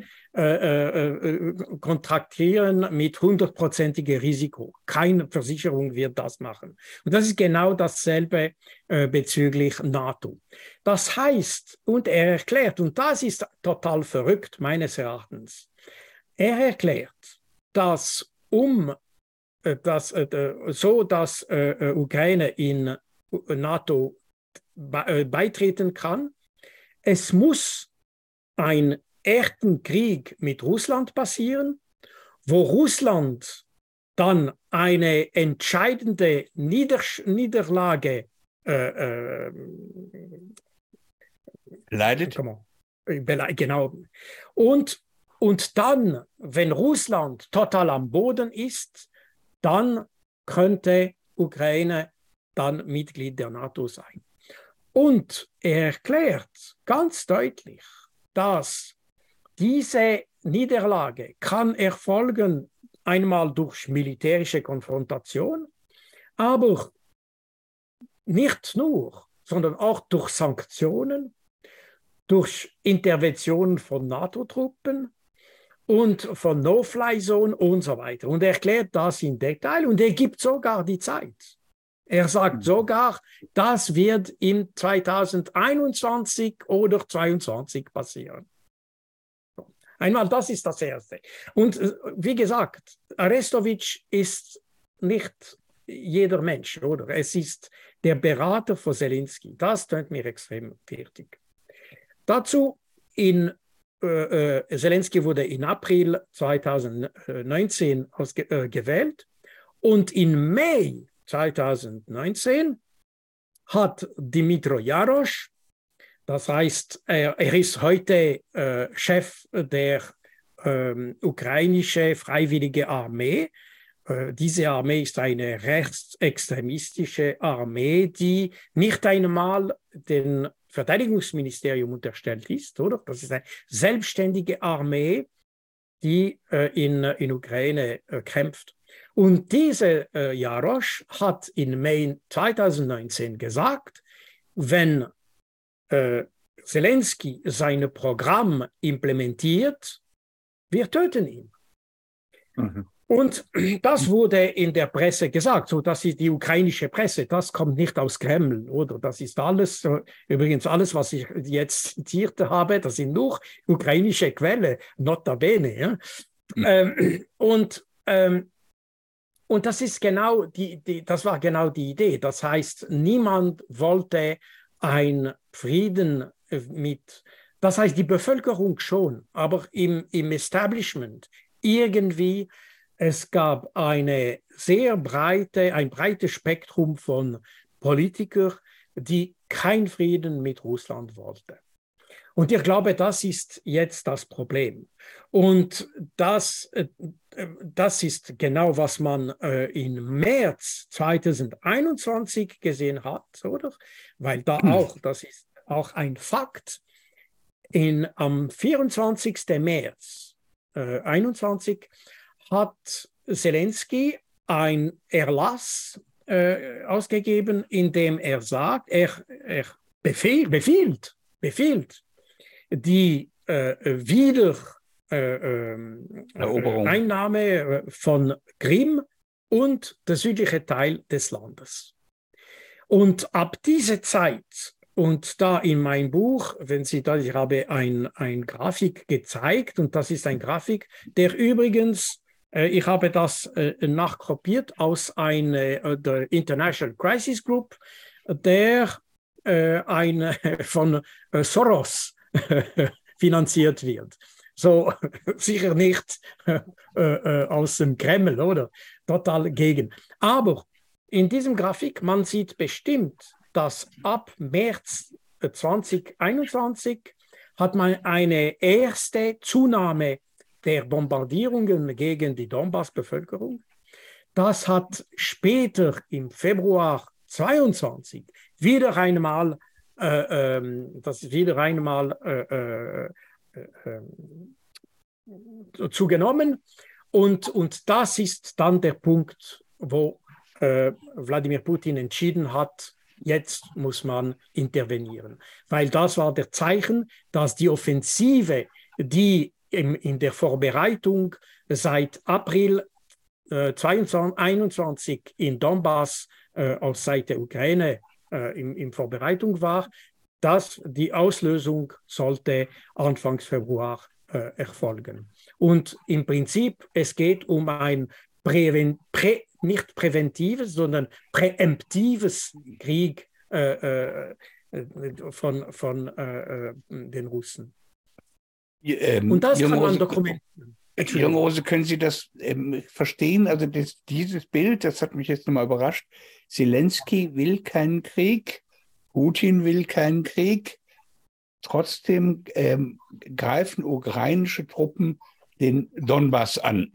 Speaker 5: kontraktieren mit 100%igem Risiko. Keine Versicherung wird das machen. Und das ist genau dasselbe bezüglich NATO. Das heißt, und er erklärt, und das ist total verrückt meines Erachtens, er erklärt, dass dass Ukraine in NATO beitreten kann, es muss ein echten Krieg mit Russland passieren, wo Russland dann eine entscheidende Niederlage
Speaker 1: leidet.
Speaker 5: Genau. Und dann, wenn Russland total am Boden ist, dann könnte Ukraine dann Mitglied der NATO sein. Und er erklärt ganz deutlich, dass diese Niederlage kann erfolgen einmal durch militärische Konfrontation, aber nicht nur, sondern auch durch Sanktionen, durch Interventionen von NATO-Truppen und von No-Fly-Zone und so weiter. Und er erklärt das in Detail und er gibt sogar die Zeit. Er sagt sogar, das wird in 2021 oder 2022 passieren. Einmal, das ist das Erste. Und wie gesagt, Arestovich ist nicht jeder Mensch, oder? Es ist der Berater von Zelensky. Das tönt mir extrem wichtig. Dazu, Zelensky wurde in April 2019 gewählt und im Mai 2019 hat Dmytro Jarosch, das heißt, er ist heute Chef der ukrainischen Freiwilligen Armee. Diese Armee ist eine rechtsextremistische Armee, die nicht einmal dem Verteidigungsministerium unterstellt ist, oder? Das ist eine selbstständige Armee, die in Ukraine kämpft. Und diese Jarosch hat in Mai 2019 gesagt, wenn Zelensky sein Programm implementiert, wir töten ihn. Mhm. Und das wurde in der Presse gesagt, so das ist die ukrainische Presse, das kommt nicht aus Kreml, oder? Das ist alles, übrigens alles, was ich jetzt zitiert habe, das sind nur ukrainische Quellen, nota bene. Ja? Und das ist genau das war genau die Idee. Das heißt, niemand wollte einen Frieden das heißt, die Bevölkerung schon, aber im Establishment irgendwie. Es gab ein breites Spektrum von Politikern, die keinen Frieden mit Russland wollten. Und ich glaube, das ist jetzt das Problem. Und das ist genau, was man im März 2021 gesehen hat, oder? Weil das ist auch ein Fakt. Am 24. März 2021 hat Zelensky ein Erlass ausgegeben, in dem er sagt, er befiehlt die Einnahme von Krim und der südliche Teil des Landes. Und ab dieser Zeit, und da in meinem Buch, ich habe ein Grafik gezeigt, und das ist ein Grafik, der übrigens ich habe das nachkopiert aus der International Crisis Group, der von Soros finanziert wird. So sicher nicht aus dem Kreml, oder? Total gegen. Aber in diesem Grafik, man sieht bestimmt, dass ab März 2021 hat man eine erste Zunahme der Bombardierungen gegen die Donbass-Bevölkerung. Das hat später im Februar 22 wieder einmal zugenommen. Und das ist dann der Punkt, wo Wladimir Putin entschieden hat, jetzt muss man intervenieren. Weil das war der Zeichen, dass die Offensive, die in der Vorbereitung seit April 2021 in Donbass aus Seite der Ukraine in Vorbereitung war, dass die Auslösung sollte Anfang Februar erfolgen. Und im Prinzip, es geht um ein nicht präventives, sondern präemptives Krieg von den Russen. Und das kann man dokumentieren.
Speaker 1: Junge Rose, können Sie das verstehen? Also dieses Bild, das hat mich jetzt nochmal überrascht. Zelensky will keinen Krieg, Putin will keinen Krieg. Trotzdem greifen ukrainische Truppen den Donbass an.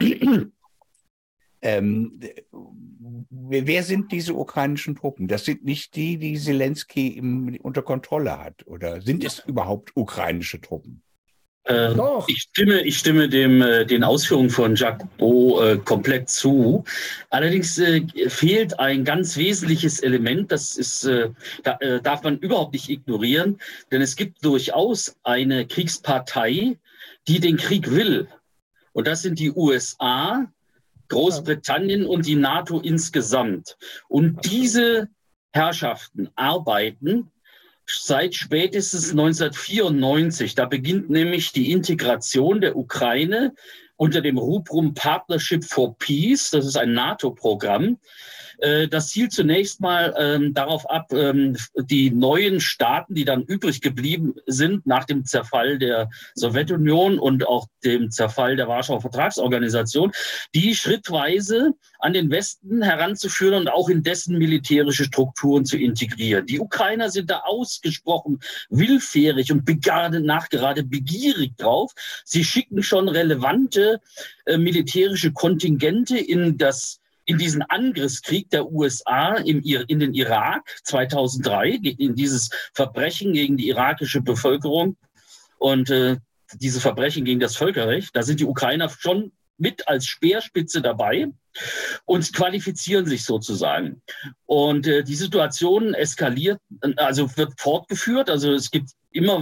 Speaker 1: Wer sind diese ukrainischen Truppen? Das sind nicht die Zelensky unter Kontrolle hat. Oder sind es überhaupt ukrainische Truppen?
Speaker 3: Ich stimme den Ausführungen von Jacques Beau komplett zu. Allerdings fehlt ein ganz wesentliches Element, das darf man überhaupt nicht ignorieren, denn es gibt durchaus eine Kriegspartei, die den Krieg will. Und das sind die USA, Großbritannien und die NATO insgesamt. Und diese Herrschaften arbeiten seit spätestens 1994. Da beginnt nämlich die Integration der Ukraine unter dem Rubrum Partnership for Peace. Das ist ein NATO-Programm. Das zielt zunächst mal darauf ab, die neuen Staaten, die dann übrig geblieben sind nach dem Zerfall der Sowjetunion und auch dem Zerfall der Warschauer Vertragsorganisation, die schrittweise an den Westen heranzuführen und auch in dessen militärische Strukturen zu integrieren. Die Ukrainer sind da ausgesprochen willfährig und nachgerade begierig drauf. Sie schicken schon relevante militärische Kontingente in diesen Angriffskrieg der USA in den Irak 2003, in dieses Verbrechen gegen die irakische Bevölkerung und diese Verbrechen gegen das Völkerrecht. Da sind die Ukrainer schon mit als Speerspitze dabei und qualifizieren sich sozusagen. Und die Situation eskaliert, also wird fortgeführt. Also es gibt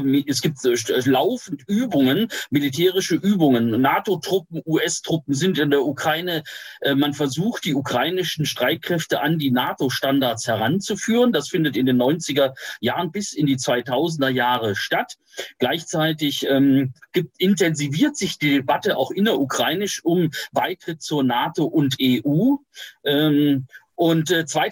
Speaker 3: laufend Übungen, militärische Übungen. NATO-Truppen, US-Truppen sind in der Ukraine. Man versucht, die ukrainischen Streitkräfte an die NATO-Standards heranzuführen. Das findet in den 90er Jahren bis in die 2000er Jahre statt. Gleichzeitig intensiviert sich die Debatte auch innerukrainisch um Beitritt zur NATO und EU. Und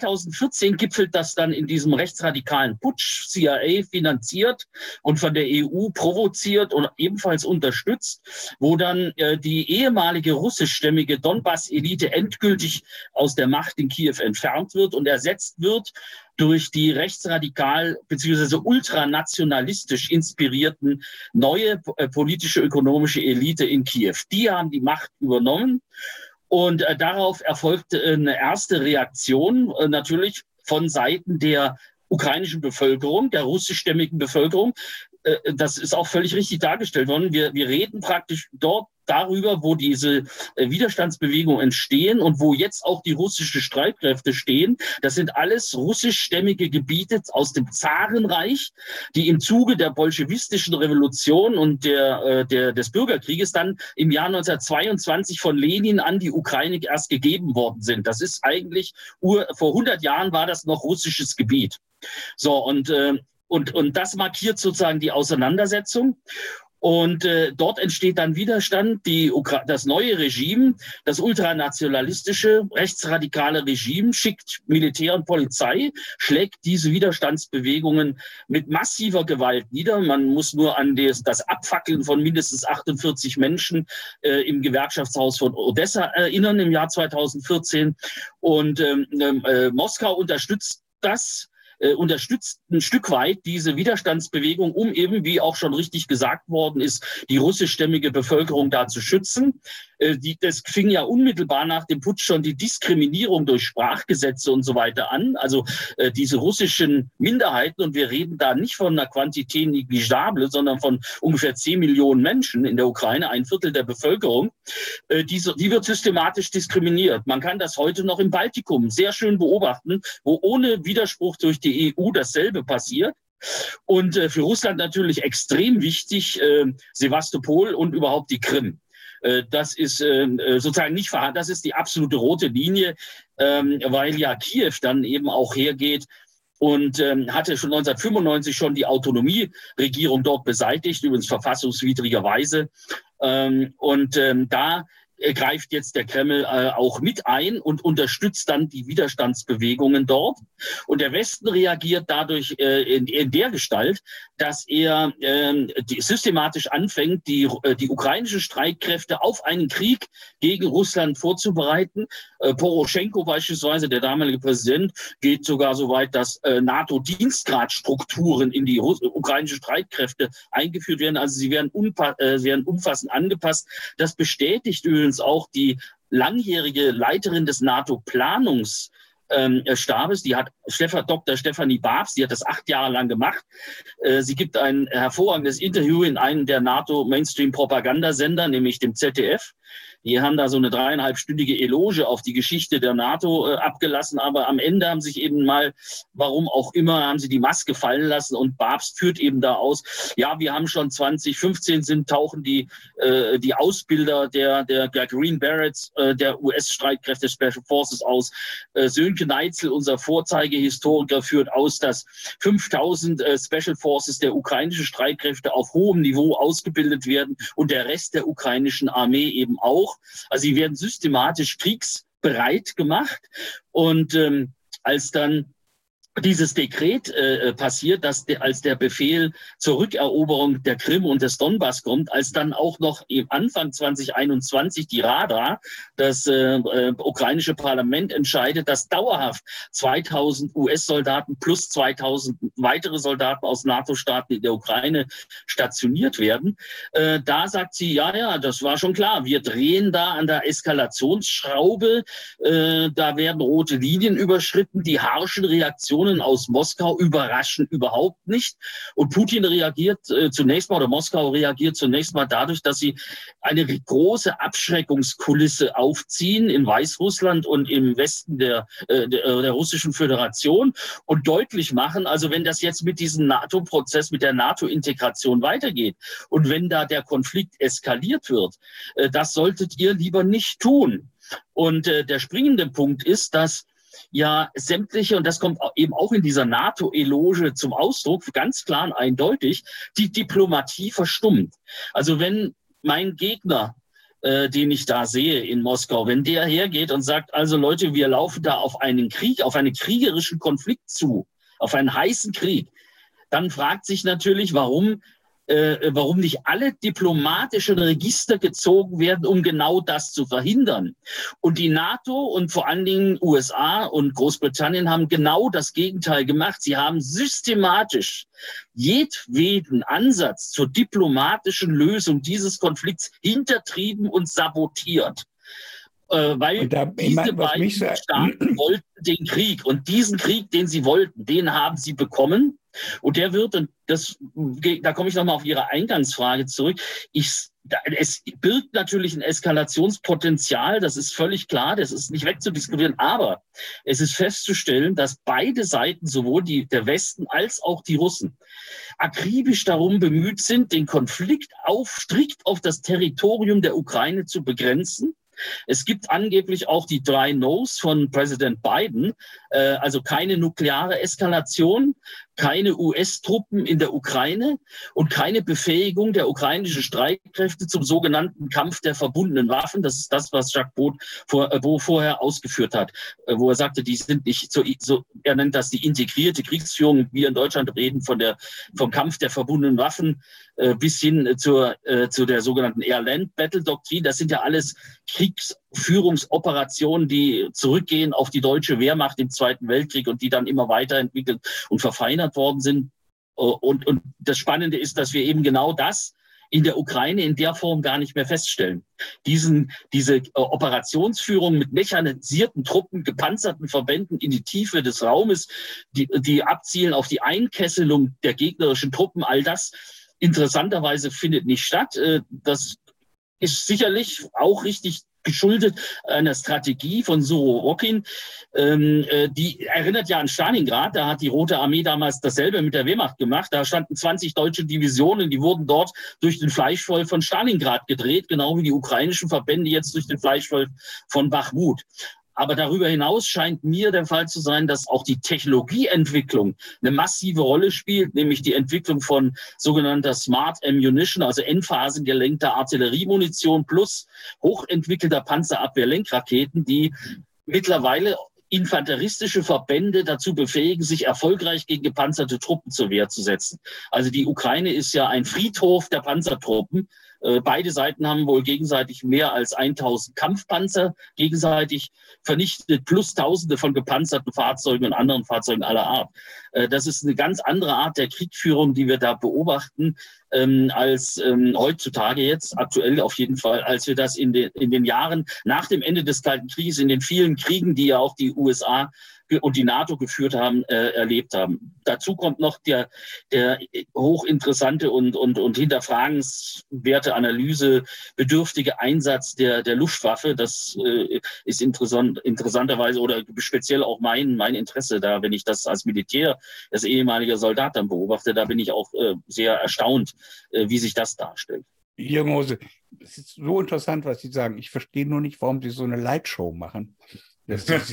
Speaker 3: 2014 gipfelt das dann in diesem rechtsradikalen Putsch, CIA finanziert und von der EU provoziert und ebenfalls unterstützt, wo dann die ehemalige russischstämmige Donbass-Elite endgültig aus der Macht in Kiew entfernt wird und ersetzt wird durch die rechtsradikal bzw. ultranationalistisch inspirierten neue politische, ökonomische Elite in Kiew. Die haben die Macht übernommen. Und darauf erfolgte eine erste Reaktion natürlich von Seiten der ukrainischen Bevölkerung, der russischstämmigen Bevölkerung. Das ist auch völlig richtig dargestellt worden. Wir reden praktisch dort darüber, wo diese Widerstandsbewegungen entstehen und wo jetzt auch die russischen Streitkräfte stehen. Das sind alles russischstämmige Gebiete aus dem Zarenreich, die im Zuge der bolschewistischen Revolution und des Bürgerkrieges dann im Jahr 1922 von Lenin an die Ukraine erst gegeben worden sind. Das ist eigentlich, vor 100 Jahren war das noch russisches Gebiet. So, und das markiert sozusagen die Auseinandersetzung. Und dort entsteht dann Widerstand. Das neue Regime, das ultranationalistische, rechtsradikale Regime, schickt Militär und Polizei, schlägt diese Widerstandsbewegungen mit massiver Gewalt nieder. Man muss nur an das Abfackeln von mindestens 48 Menschen im Gewerkschaftshaus von Odessa erinnern im Jahr 2014. Und Moskau unterstützt unterstützt ein Stück weit diese Widerstandsbewegung, um eben, wie auch schon richtig gesagt worden ist, die russischstämmige Bevölkerung da zu schützen. Das fing ja unmittelbar nach dem Putsch schon die Diskriminierung durch Sprachgesetze und so weiter an. Also diese russischen Minderheiten, und wir reden da nicht von einer Quantität negligible, sondern von ungefähr 10 Millionen Menschen in der Ukraine, ein Viertel der Bevölkerung, die wird systematisch diskriminiert. Man kann das heute noch im Baltikum sehr schön beobachten, wo ohne Widerspruch durch die EU dasselbe passiert. Und für Russland natürlich extrem wichtig, Sewastopol und überhaupt die Krim. Das ist sozusagen nicht vorhanden, das ist die absolute rote Linie, weil ja Kiew dann eben auch hergeht und hatte schon 1995 schon die Autonomieregierung dort beseitigt, übrigens verfassungswidrigerweise. Da greift jetzt der Kreml auch mit ein und unterstützt dann die Widerstandsbewegungen dort. Und der Westen reagiert dadurch in der Gestalt, dass er systematisch anfängt, die ukrainischen Streitkräfte auf einen Krieg gegen Russland vorzubereiten. Poroschenko beispielsweise, der damalige Präsident, geht sogar so weit, dass NATO-Dienstgradstrukturen in die ukrainischen Streitkräfte eingeführt werden. Also sie werden umfassend angepasst. Das bestätigt übrigens auch die langjährige Leiterin des NATO-Planungsstabes, die hat Dr. Stefanie Babs, die hat das 8 Jahre lang gemacht. Sie gibt ein hervorragendes Interview in einem der NATO-Mainstream-Propagandasender, nämlich dem ZDF. Die haben da so eine 3,5-stündige Eloge auf die Geschichte der NATO abgelassen, aber am Ende haben sich eben mal, warum auch immer, haben sie die Maske fallen lassen und Babs führt eben da aus, ja, wir haben schon 2015 tauchen die Ausbilder der Green Berets, der US-Streitkräfte Special Forces aus. Sönke Neitzel, unser Vorzeigehistoriker, führt aus, dass 5000 Special Forces der ukrainischen Streitkräfte auf hohem Niveau ausgebildet werden und der Rest der ukrainischen Armee eben auch. Also sie werden systematisch kriegsbereit gemacht. Und als dann dieses Dekret passiert, dass als der Befehl zur Rückeroberung der Krim und des Donbass kommt, als dann auch noch im Anfang 2021 die Rada, das ukrainische Parlament, entscheidet, dass dauerhaft 2000 US-Soldaten plus 2000 weitere Soldaten aus NATO-Staaten in der Ukraine stationiert werden. Da sagt sie, ja, das war schon klar, wir drehen da an der Eskalationsschraube, da werden rote Linien überschritten, die harschen Reaktionen Reaktionen aus Moskau überraschen überhaupt nicht. Und Putin reagiert zunächst mal, oder Moskau reagiert zunächst mal dadurch, dass sie eine große Abschreckungskulisse aufziehen in Weißrussland und im Westen der Russischen Föderation und deutlich machen, also wenn das jetzt mit diesem NATO-Prozess, mit der NATO-Integration weitergeht und wenn da der Konflikt eskaliert wird, das solltet ihr lieber nicht tun. Und der springende Punkt ist, dass ja sämtliche, und das kommt eben auch in dieser NATO-Eloge zum Ausdruck, ganz klar und eindeutig, die Diplomatie verstummt. Also wenn mein Gegner, den ich da sehe in Moskau, wenn der hergeht und sagt, also Leute, wir laufen da auf einen Krieg, auf einen kriegerischen Konflikt zu, auf einen heißen Krieg, dann fragt sich natürlich, warum nicht alle diplomatischen Register gezogen werden, um genau das zu verhindern. Und die NATO und vor allen Dingen USA und Großbritannien haben genau das Gegenteil gemacht. Sie haben systematisch jedweden Ansatz zur diplomatischen Lösung dieses Konflikts hintertrieben und sabotiert. Weil diese beiden Staaten wollten den Krieg. Und diesen Krieg, den sie wollten, den haben sie bekommen. Und der wird, und da komme ich nochmal auf Ihre Eingangsfrage zurück, es birgt natürlich ein Eskalationspotenzial, das ist völlig klar, das ist nicht wegzudiskutieren, aber es ist festzustellen, dass beide Seiten, sowohl der Westen als auch die Russen, akribisch darum bemüht sind, den Konflikt strikt auf das Territorium der Ukraine zu begrenzen. Es gibt angeblich auch die 3 No's von Präsident Biden, also keine nukleare Eskalation, keine US-Truppen in der Ukraine und keine Befähigung der ukrainischen Streitkräfte zum sogenannten Kampf der verbundenen Waffen. Das ist das, was Jacques Beau vorher ausgeführt hat, wo er sagte, die sind nicht so, er nennt das die integrierte Kriegsführung. Wir in Deutschland reden vom Kampf der verbundenen Waffen bis hin zu der sogenannten Air-Land-Battle-Doktrin. Das sind ja alles Kriegsführungsoperationen, die zurückgehen auf die deutsche Wehrmacht im Zweiten Weltkrieg und die dann immer weiterentwickelt und verfeinert worden sind. Und das Spannende ist, dass wir eben genau das in der Ukraine in der Form gar nicht mehr feststellen. Diese Operationsführung mit mechanisierten Truppen, gepanzerten Verbänden in die Tiefe des Raumes, die abzielen auf die Einkesselung der gegnerischen Truppen, all das interessanterweise findet nicht statt. Das ist sicherlich auch richtig geschuldet einer Strategie von Sorokin. Die erinnert ja an Stalingrad. Da hat die Rote Armee damals dasselbe mit der Wehrmacht gemacht. Da standen 20 deutsche Divisionen, die wurden dort durch den Fleischwolf von Stalingrad gedreht, genau wie die ukrainischen Verbände jetzt durch den Fleischwolf von Bachmut. Aber darüber hinaus scheint mir der Fall zu sein, dass auch die Technologieentwicklung eine massive Rolle spielt, nämlich die Entwicklung von sogenannter Smart Ammunition, also endphasengelenkter Artilleriemunition plus hochentwickelter Panzerabwehrlenkraketen, die mittlerweile infanteristische Verbände dazu befähigen, sich erfolgreich gegen gepanzerte Truppen zur Wehr zu setzen. Also die Ukraine ist ja ein Friedhof der Panzertruppen. Beide Seiten haben wohl gegenseitig mehr als 1000 Kampfpanzer gegenseitig vernichtet, plus Tausende von gepanzerten Fahrzeugen und anderen Fahrzeugen aller Art. Das ist eine ganz andere Art der Kriegführung, die wir da beobachten, als heutzutage jetzt, aktuell auf jeden Fall, als wir das in den Jahren nach dem Ende des Kalten Krieges, in den vielen Kriegen, die ja auch die USA und die NATO geführt haben, erlebt haben. Dazu kommt noch der hochinteressante und hinterfragenswerte Analyse bedürftige Einsatz der Luftwaffe. Das ist interessanterweise oder speziell auch mein Interesse da, wenn ich das als Militär, als ehemaliger Soldat dann beobachte, da bin ich auch sehr erstaunt, wie sich das darstellt.
Speaker 1: Jürgen Hose, es ist so interessant, was Sie sagen. Ich verstehe nur nicht, warum Sie so eine Lightshow machen. Das ist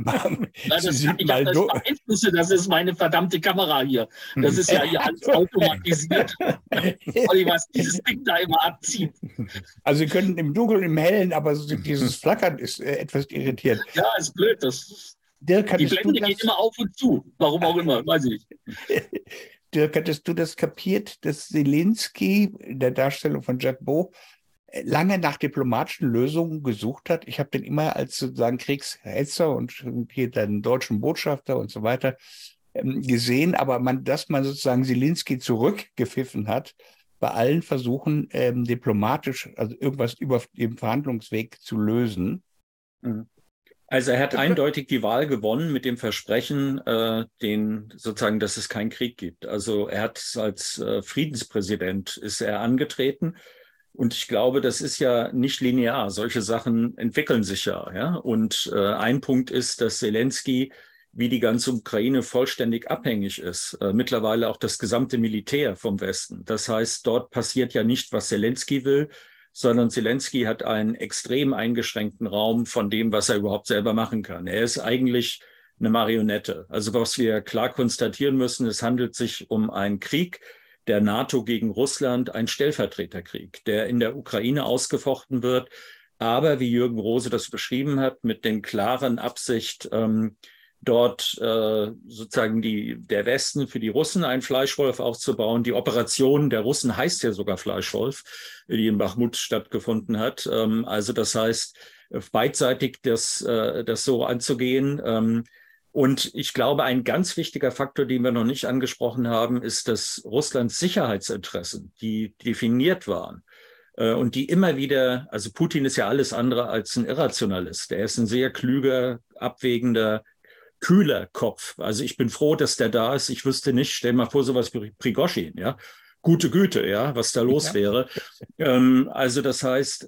Speaker 3: meine verdammte Kamera hier. Das ist ja hier alles automatisiert. Was dieses Ding da immer abzieht.
Speaker 1: Also Sie können im Dunkeln, im Hellen, aber dieses Flackern ist etwas irritierend.
Speaker 3: Ja, ist blöd.
Speaker 1: Dirk,
Speaker 3: die Blende geht immer auf und zu. Warum auch immer, weiß ich nicht.
Speaker 1: Dirk, hattest du das kapiert, dass Zelensky in der Darstellung von Jacques Beau lange nach diplomatischen Lösungen gesucht hat? Ich habe den immer als sozusagen Kriegshetzer und hier den deutschen Botschafter und so weiter gesehen, aber dass man sozusagen Zelensky zurückgepfiffen hat bei allen Versuchen, diplomatisch, also irgendwas über den Verhandlungsweg zu lösen.
Speaker 2: Also er hat eindeutig die Wahl gewonnen mit dem Versprechen, sozusagen, dass es keinen Krieg gibt. Also er hat als Friedenspräsident ist er angetreten. Und ich glaube, das ist ja nicht linear. Solche Sachen entwickeln sich ja, ja. Und ein Punkt ist, dass Zelensky wie die ganze Ukraine vollständig abhängig ist. Mittlerweile auch das gesamte Militär vom Westen. Das heißt, dort passiert ja nicht, was Zelensky will, sondern Zelensky hat einen extrem eingeschränkten Raum von dem, was er überhaupt selber machen kann. Er ist eigentlich eine Marionette. Also was wir klar konstatieren müssen, es handelt sich um einen Krieg der NATO gegen Russland, ein Stellvertreterkrieg, der in der Ukraine ausgefochten wird, aber wie Jürgen Rose das beschrieben hat, mit den klaren Absicht, dort sozusagen der Westen für die Russen einen Fleischwolf aufzubauen. Die Operation der Russen heißt ja sogar Fleischwolf, die in Bachmut stattgefunden hat. Also das heißt, beidseitig das so anzugehen. Und ich glaube, ein ganz wichtiger Faktor, den wir noch nicht angesprochen haben, ist, dass Russlands Sicherheitsinteressen, die definiert waren, und die immer wieder, also Putin ist ja alles andere als ein Irrationalist. Er ist ein sehr klüger, abwägender, kühler Kopf. Also ich bin froh, dass der da ist. Ich wüsste nicht, stell mal vor, sowas wie Prigoschin, ja. Gute Güte, ja, was da los wäre. Also das heißt,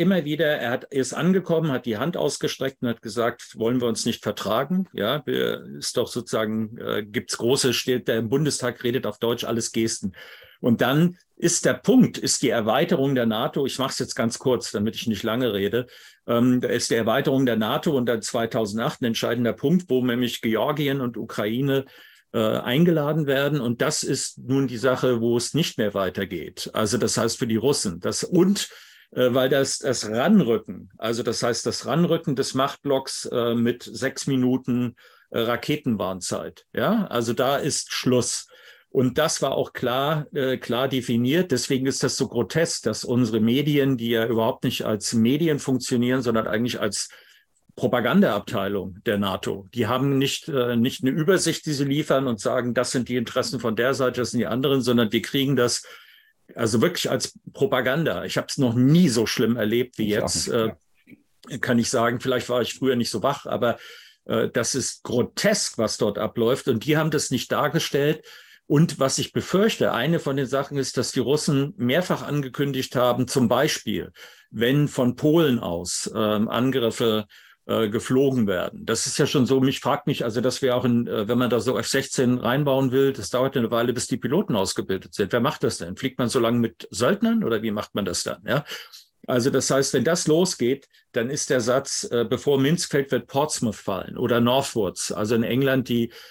Speaker 2: er ist angekommen, hat die Hand ausgestreckt und hat gesagt, wollen wir uns nicht vertragen? Ja, ist doch sozusagen, gibt's große, steht der im Bundestag, redet auf Deutsch, alles Gesten. Und dann ist die Erweiterung der NATO, ich mache es jetzt ganz kurz, damit ich nicht lange rede, da ist die Erweiterung der NATO und dann 2008 ein entscheidender Punkt, wo nämlich Georgien und Ukraine eingeladen werden. Und das ist nun die Sache, wo es nicht mehr weitergeht. Also das heißt für die Russen. Weil das Ranrücken, also das heißt das Ranrücken des Machtblocks mit 6 Minuten Raketenwarnzeit. Ja, also da ist Schluss. Und das war auch klar definiert. Deswegen ist das so grotesk, dass unsere Medien, die ja überhaupt nicht als Medien funktionieren, sondern eigentlich als Propagandaabteilung der NATO, die haben nicht eine Übersicht, die sie liefern und sagen, das sind die Interessen von der Seite, das sind die anderen, sondern die kriegen das also wirklich als Propaganda. Ich habe es noch nie so schlimm erlebt wie jetzt, kann ich sagen. Vielleicht war ich früher nicht so wach, aber das ist grotesk, was dort abläuft. Und die haben das nicht dargestellt. Und was ich befürchte, eine von den Sachen ist, dass die Russen mehrfach angekündigt haben, zum Beispiel, wenn von Polen aus Angriffe geflogen werden. Das ist ja schon so, fragt mich, also dass wir auch wenn man da so F-16 reinbauen will, das dauert eine Weile, bis die Piloten ausgebildet sind. Wer macht das denn? Fliegt man so lange mit Söldnern oder wie macht man das dann? Ja? Also das heißt, wenn das losgeht, dann ist der Satz, bevor Minsk fällt, wird Portsmouth fallen oder Northwoods, also in England,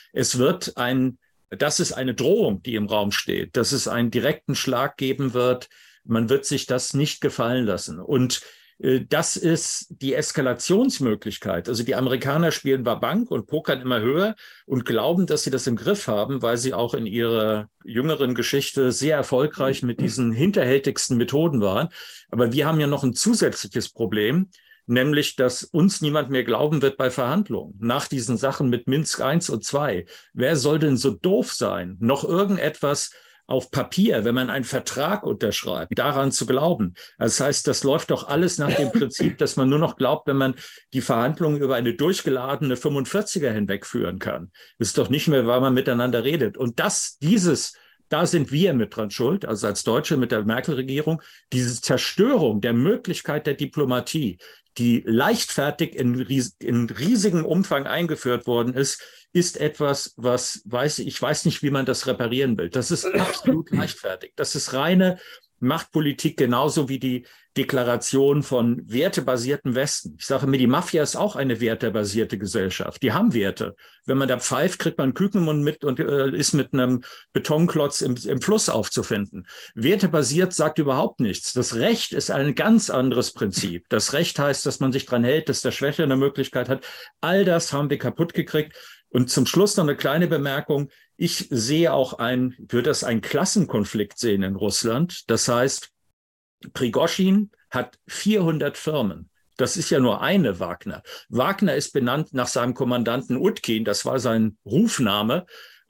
Speaker 2: das ist eine Drohung, die im Raum steht, dass es einen direkten Schlag geben wird. Man wird sich das nicht gefallen lassen. Und das ist die Eskalationsmöglichkeit. Also die Amerikaner spielen Ва-Банк und pokern immer höher und glauben, dass sie das im Griff haben, weil sie auch in ihrer jüngeren Geschichte sehr erfolgreich mit diesen hinterhältigsten Methoden waren. Aber wir haben ja noch ein zusätzliches Problem, nämlich, dass uns niemand mehr glauben wird bei Verhandlungen. Nach diesen Sachen mit Minsk I und II. Wer soll denn so doof sein, noch irgendetwas auf Papier, wenn man einen Vertrag unterschreibt, daran zu glauben? Das heißt, das läuft doch alles nach dem Prinzip, dass man nur noch glaubt, wenn man die Verhandlungen über eine durchgeladene 45er hinwegführen kann. Ist doch nicht mehr, weil man miteinander redet. Und da sind wir mit dran schuld, also als Deutsche mit der Merkel-Regierung, diese Zerstörung der Möglichkeit der Diplomatie, die leichtfertig in riesigem Umfang eingeführt worden ist etwas, ich weiß nicht, wie man das reparieren will. Das ist absolut leichtfertig. Das ist reine Machtpolitik, genauso wie die Deklaration von wertebasierten Westen. Ich sage mir, die Mafia ist auch eine wertebasierte Gesellschaft. Die haben Werte. Wenn man da pfeift, kriegt man einen Kükenmund mit und ist mit einem Betonklotz im Fluss aufzufinden. Wertebasiert sagt überhaupt nichts. Das Recht ist ein ganz anderes Prinzip. Das Recht heißt, dass man sich dran hält, dass der Schwächere eine Möglichkeit hat. All das haben wir kaputt gekriegt. Und zum Schluss noch eine kleine Bemerkung. Ich sehe auch würde das einen Klassenkonflikt sehen in Russland. Das heißt, Prigoschin hat 400 Firmen. Das ist ja nur eine Wagner. Wagner ist benannt nach seinem Kommandanten Utkin. Das war sein Rufname.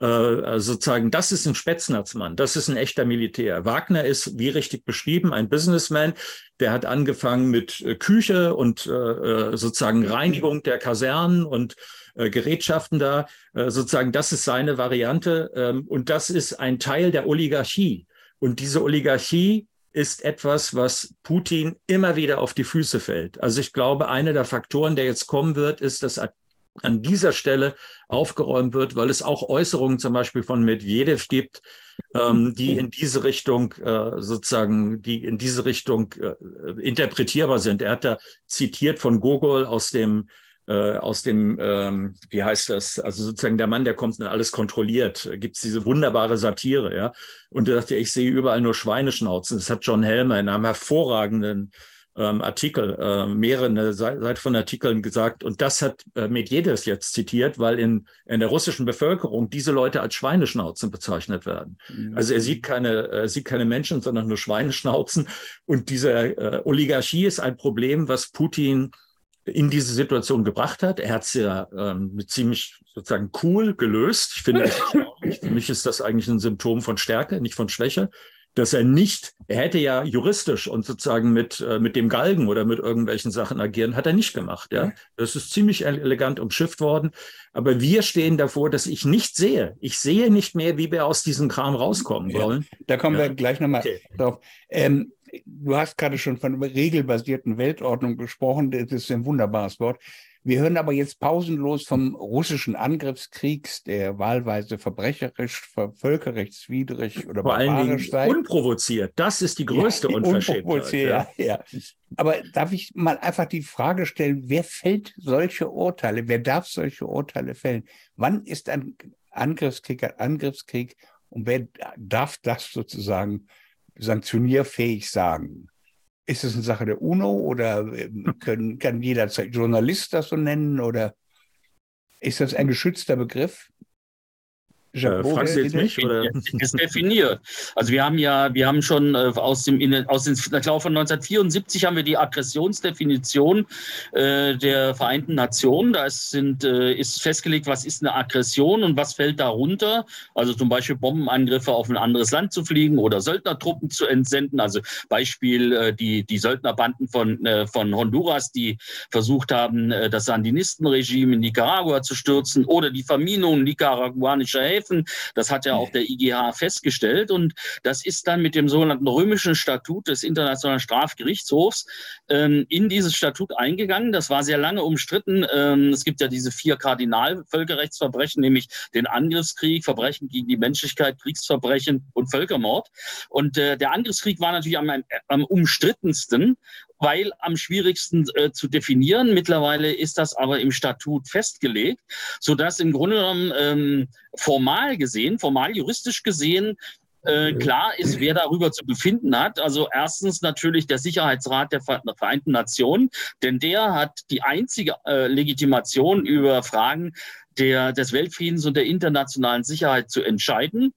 Speaker 2: sozusagen, das ist ein Spetsnaz-Mann, das ist ein echter Militär. Wagner ist, wie richtig beschrieben, ein Businessman, der hat angefangen mit Küche und sozusagen Reinigung der Kasernen und Gerätschaften da, sozusagen, das ist seine Variante und das ist ein Teil der Oligarchie. Und diese Oligarchie ist etwas, was Putin immer wieder auf die Füße fällt. Also ich glaube, einer der Faktoren, der jetzt kommen wird, ist, dass an dieser Stelle aufgeräumt wird, weil es auch Äußerungen zum Beispiel von Medvedev gibt, die in diese Richtung interpretierbar sind. Er hat da zitiert von Gogol aus dem, wie heißt das, also sozusagen der Mann, der kommt und alles kontrolliert, gibt es diese wunderbare Satire, ja. Und er dachte, ich sehe überall nur Schweineschnauzen. Das hat John Helmer in einem hervorragenden Artikel, mehrere Seiten von Artikeln gesagt. Und das hat Medvedev jetzt zitiert, weil in der russischen Bevölkerung diese Leute als Schweineschnauzen bezeichnet werden. Mhm. Also er sieht keine Menschen, sondern nur Schweineschnauzen. Und diese Oligarchie ist ein Problem, was Putin in diese Situation gebracht hat. Er hat es ja ziemlich sozusagen cool gelöst. Ich finde, für mich ist das eigentlich ein Symptom von Stärke, nicht von Schwäche. Dass er hätte ja juristisch und sozusagen mit dem Galgen oder mit irgendwelchen Sachen agieren, hat er nicht gemacht. Ja, das ist ziemlich elegant umschifft worden. Aber wir stehen davor, dass ich nicht sehe. Ich sehe nicht mehr, wie wir aus diesem Kram rauskommen wollen.
Speaker 1: Da kommen wir gleich nochmal drauf. Du hast gerade schon von regelbasierten Weltordnung gesprochen. Das ist ein wunderbares Wort. Wir hören aber jetzt pausenlos vom russischen Angriffskrieg, der wahlweise verbrecherisch, völkerrechtswidrig oder barbarisch sei.
Speaker 2: Unprovoziert, das ist die größte Unverschämtheit.
Speaker 1: Ja. Aber darf ich mal einfach die Frage stellen, wer fällt solche Urteile? Wer darf solche Urteile fällen? Wann ist ein Angriffskrieg und wer darf das sozusagen sanktionierfähig sagen? Ist es eine Sache der UNO oder kann jeder Journalist das so nennen oder ist das ein geschützter Begriff?
Speaker 2: Fragst du jetzt mich? Oder?
Speaker 3: Ist definiert. Also wir haben schon aus dem, ich glaube von 1974 haben wir die Aggressionsdefinition der Vereinten Nationen. Da ist festgelegt, was ist eine Aggression und was fällt darunter. Also zum Beispiel Bombenangriffe auf ein anderes Land zu fliegen oder Söldnertruppen zu entsenden. Also Beispiel die Söldnerbanden von Honduras, die versucht haben, das Sandinistenregime in Nicaragua zu stürzen oder die Verminung nicaraguanischer Häfen. Das hat ja auch der IGH festgestellt und das ist dann mit dem sogenannten römischen Statut des Internationalen Strafgerichtshofs in dieses Statut eingegangen. Das war sehr lange umstritten. Es gibt ja diese 4 Kardinalvölkerrechtsverbrechen, nämlich den Angriffskrieg, Verbrechen gegen die Menschlichkeit, Kriegsverbrechen und Völkermord. Und der Angriffskrieg war natürlich am umstrittensten, weil am schwierigsten zu definieren. Mittlerweile ist das aber im Statut festgelegt, sodass im Grunde genommen formal juristisch gesehen, klar ist, wer darüber zu befinden hat. Also erstens natürlich der Sicherheitsrat der Vereinten Nationen, denn der hat die einzige Legitimation über Fragen des Weltfriedens und der internationalen Sicherheit zu entscheiden.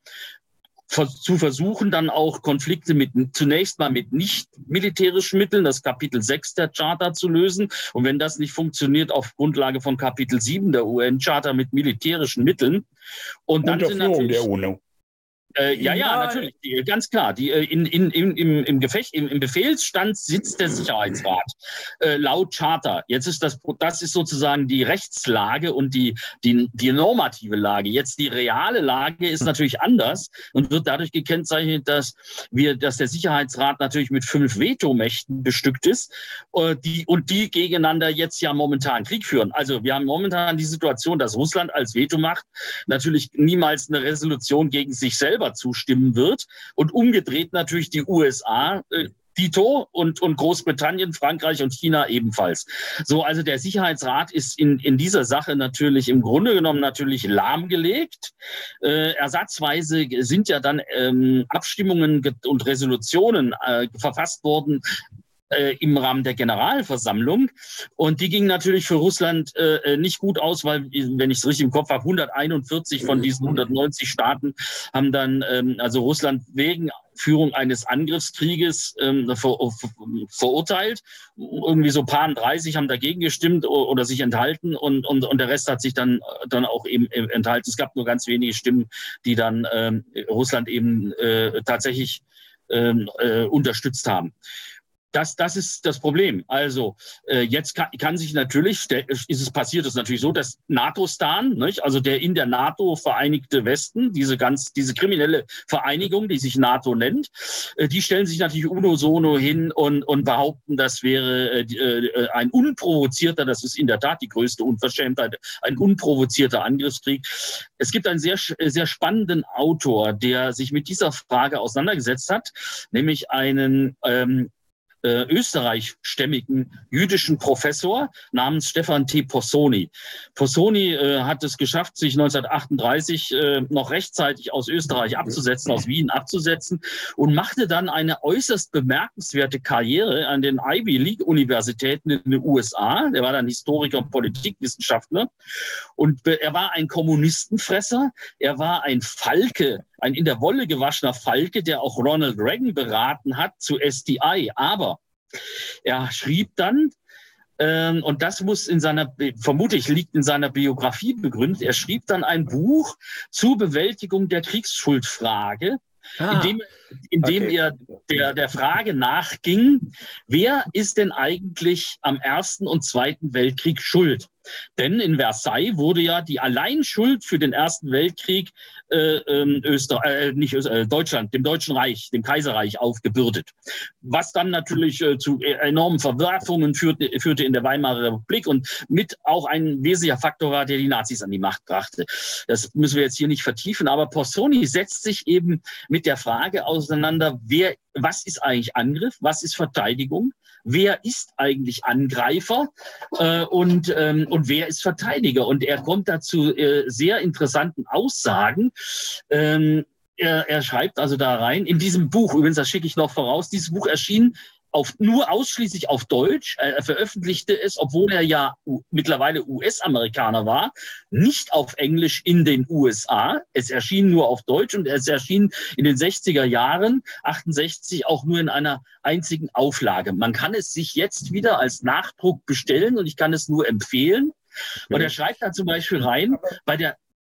Speaker 3: Zu versuchen, dann auch Konflikte zunächst mal mit nicht militärischen Mitteln, das Kapitel 6 der Charta zu lösen. Und wenn das nicht funktioniert, auf Grundlage von Kapitel 7 der UN-Charta mit militärischen Mitteln. Und dann sind natürlich
Speaker 1: der UNO.
Speaker 3: Natürlich, ganz klar. Im Befehlsstand sitzt der Sicherheitsrat laut Charta. Jetzt ist das ist sozusagen die Rechtslage und die normative Lage. Jetzt die reale Lage ist natürlich anders und wird dadurch gekennzeichnet, dass der Sicherheitsrat natürlich mit 5 Vetomächten bestückt ist, die gegeneinander jetzt ja momentan Krieg führen. Also wir haben momentan die Situation, dass Russland als Vetomacht natürlich niemals eine Resolution gegen sich selber zustimmen wird und umgedreht natürlich die USA dito und Großbritannien, Frankreich und China ebenfalls. So, also der Sicherheitsrat ist in dieser Sache natürlich im Grunde genommen natürlich lahmgelegt. Ersatzweise sind ja dann Abstimmungen und Resolutionen verfasst worden, im Rahmen der Generalversammlung. Und die ging natürlich für Russland nicht gut aus, weil, wenn ich es richtig im Kopf habe, 141 von diesen 190 Staaten haben dann also Russland wegen Führung eines Angriffskrieges verurteilt. Irgendwie so paar 30 haben dagegen gestimmt oder sich enthalten und der Rest hat sich dann auch eben enthalten. Es gab nur ganz wenige Stimmen, die dann Russland eben tatsächlich unterstützt haben. Das ist das Problem. Also jetzt kann sich natürlich, passiert es natürlich so, dass NATO-Stan, nicht, also der in der NATO vereinigte Westen, diese kriminelle Vereinigung, die sich NATO nennt, die stellen sich natürlich unisono hin und behaupten, das wäre ein unprovozierter, das ist in der Tat die größte Unverschämtheit, ein unprovozierter Angriffskrieg. Es gibt einen sehr, sehr spannenden Autor, der sich mit dieser Frage auseinandergesetzt hat, nämlich einen österreichstämmigen jüdischen Professor namens Stefan T. Possoni. Possoni hat es geschafft, sich 1938 noch rechtzeitig aus Österreich abzusetzen, aus Wien abzusetzen und machte dann eine äußerst bemerkenswerte Karriere an den Ivy League-Universitäten in den USA. Der war dann Historiker und Politikwissenschaftler und er war ein Kommunistenfresser, er war ein Falke, ein in der Wolle gewaschener Falke, der auch Ronald Reagan beraten hat zu SDI. Aber er schrieb dann, und das muss vermutlich liegt in seiner Biografie begründet, er schrieb dann ein Buch zur Bewältigung der Kriegsschuldfrage, indem er der Frage nachging, wer ist denn eigentlich am Ersten und Zweiten Weltkrieg schuld? Denn in Versailles wurde ja die Alleinschuld für den Ersten Weltkrieg Deutschland, dem Deutschen Reich, dem Kaiserreich aufgebürdet. Was dann natürlich zu enormen Verwerfungen führte in der Weimarer Republik und mit auch ein wesentlicher Faktor war, der die Nazis an die Macht brachte. Das müssen wir jetzt hier nicht vertiefen, aber Possoni setzt sich eben mit der Frage auseinander, was ist eigentlich Angriff, was ist Verteidigung? Wer ist eigentlich Angreifer und wer ist Verteidiger? Und er kommt dazu sehr interessanten Aussagen. Er schreibt also da rein, in diesem Buch, übrigens, das schicke ich noch voraus, dieses Buch erschien nur ausschließlich auf Deutsch. Er veröffentlichte es, obwohl er ja mittlerweile US-Amerikaner war, nicht auf Englisch in den USA. Es erschien nur auf Deutsch und es erschien in den 60er Jahren, 68, auch nur in einer einzigen Auflage. Man kann es sich jetzt wieder als Nachdruck bestellen und ich kann es nur empfehlen. Und er schreibt da zum Beispiel rein, bei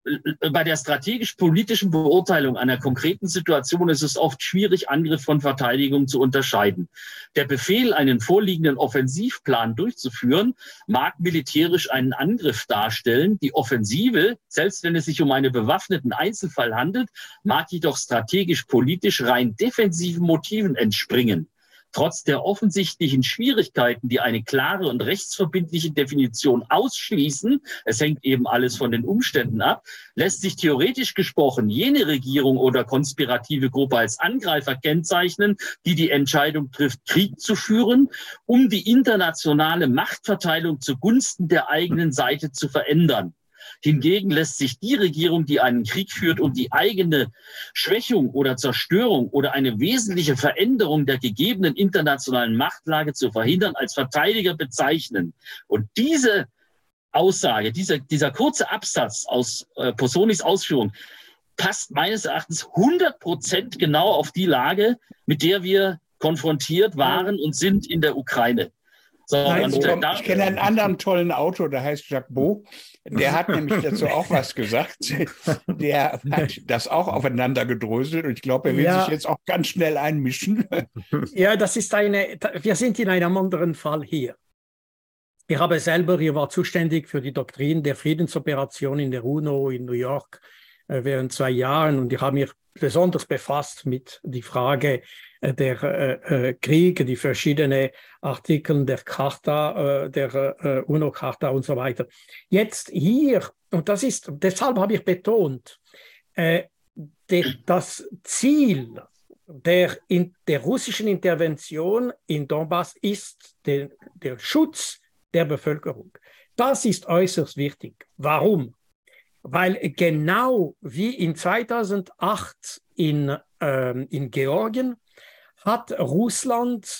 Speaker 3: der strategisch-politischen Beurteilung einer konkreten Situation ist es oft schwierig, Angriff von Verteidigung zu unterscheiden. Der Befehl, einen vorliegenden Offensivplan durchzuführen, mag militärisch einen Angriff darstellen. Die Offensive, selbst wenn es sich um einen bewaffneten Einzelfall handelt, mag jedoch strategisch-politisch rein defensiven Motiven entspringen. Trotz der offensichtlichen Schwierigkeiten, die eine klare und rechtsverbindliche Definition ausschließen, es hängt eben alles von den Umständen ab, lässt sich theoretisch gesprochen jene Regierung oder konspirative Gruppe als Angreifer kennzeichnen, die die Entscheidung trifft, Krieg zu führen, um die internationale Machtverteilung zugunsten der eigenen Seite zu verändern. Hingegen lässt sich die Regierung, die einen Krieg führt und die eigene Schwächung oder Zerstörung oder eine wesentliche Veränderung der gegebenen internationalen Machtlage zu verhindern, als Verteidiger bezeichnen. Und diese Aussage, dieser kurze Absatz aus Possonis Ausführung passt meines Erachtens 100% genau auf die Lage, mit der wir konfrontiert waren und sind in der Ukraine. So,
Speaker 1: ich kenne einen anderen tollen Autor, der heißt Jacques Beau. Der hat nämlich dazu auch was gesagt. Der hat das auch aufeinander gedröselt und ich glaube, er will sich jetzt auch ganz schnell einmischen.
Speaker 5: Ja, wir sind in einem anderen Fall hier. Ich war zuständig für die Doktrin der Friedensoperation in der UNO in New York während 2 Jahren und ich habe mich besonders befasst mit der Frage der Kriege, die verschiedenen Artikel der Charta, der UNO-Charta und so weiter. Jetzt hier, und deshalb habe ich betont, das Ziel der russischen Intervention in Donbass ist der Schutz der Bevölkerung. Das ist äußerst wichtig. Warum? Weil genau wie in 2008 in Georgien hat Russland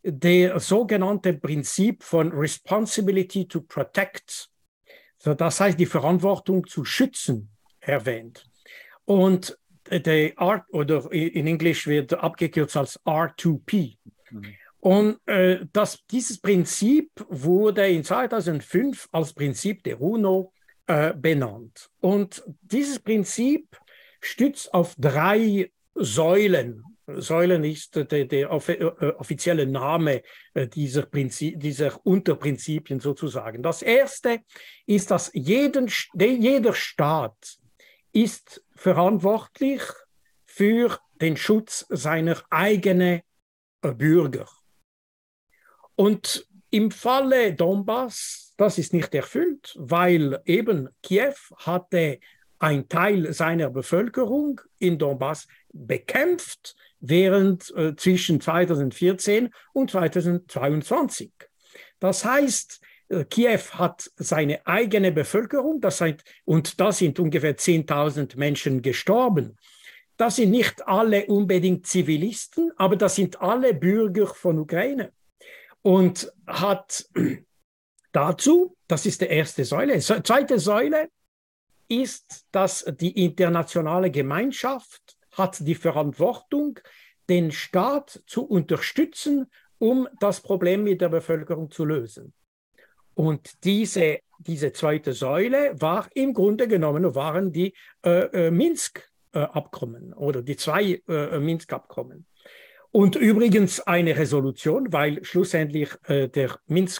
Speaker 5: das sogenannte Prinzip von Responsibility to Protect, so das heißt die Verantwortung zu schützen, erwähnt. Und oder in Englisch wird abgekürzt als R2P. Und dieses Prinzip wurde in 2005 als Prinzip der UNO benannt. Und dieses Prinzip stützt auf 3 Säulen. Säulen ist der offizielle Name dieser Unterprinzipien sozusagen. Das erste ist, dass jeder Staat ist verantwortlich für den Schutz seiner eigenen Bürger. Und im Falle Donbass, das ist nicht erfüllt, weil eben Kiew hatte einen Teil seiner Bevölkerung in Donbass bekämpft während zwischen 2014 und 2022. Das heißt, Kiew hat seine eigene Bevölkerung, und da sind ungefähr 10.000 Menschen gestorben. Das sind nicht alle unbedingt Zivilisten, aber das sind alle Bürger von Ukraine. Und hat dazu, das ist die erste Säule, zweite Säule ist, dass die internationale Gemeinschaft hat die Verantwortung, den Staat zu unterstützen, um das Problem mit der Bevölkerung zu lösen. Und diese zweite Säule war im Grunde genommen waren die Minsk-Abkommen oder die 2 Minsk-Abkommen. Und übrigens eine Resolution, weil schlussendlich der Minsk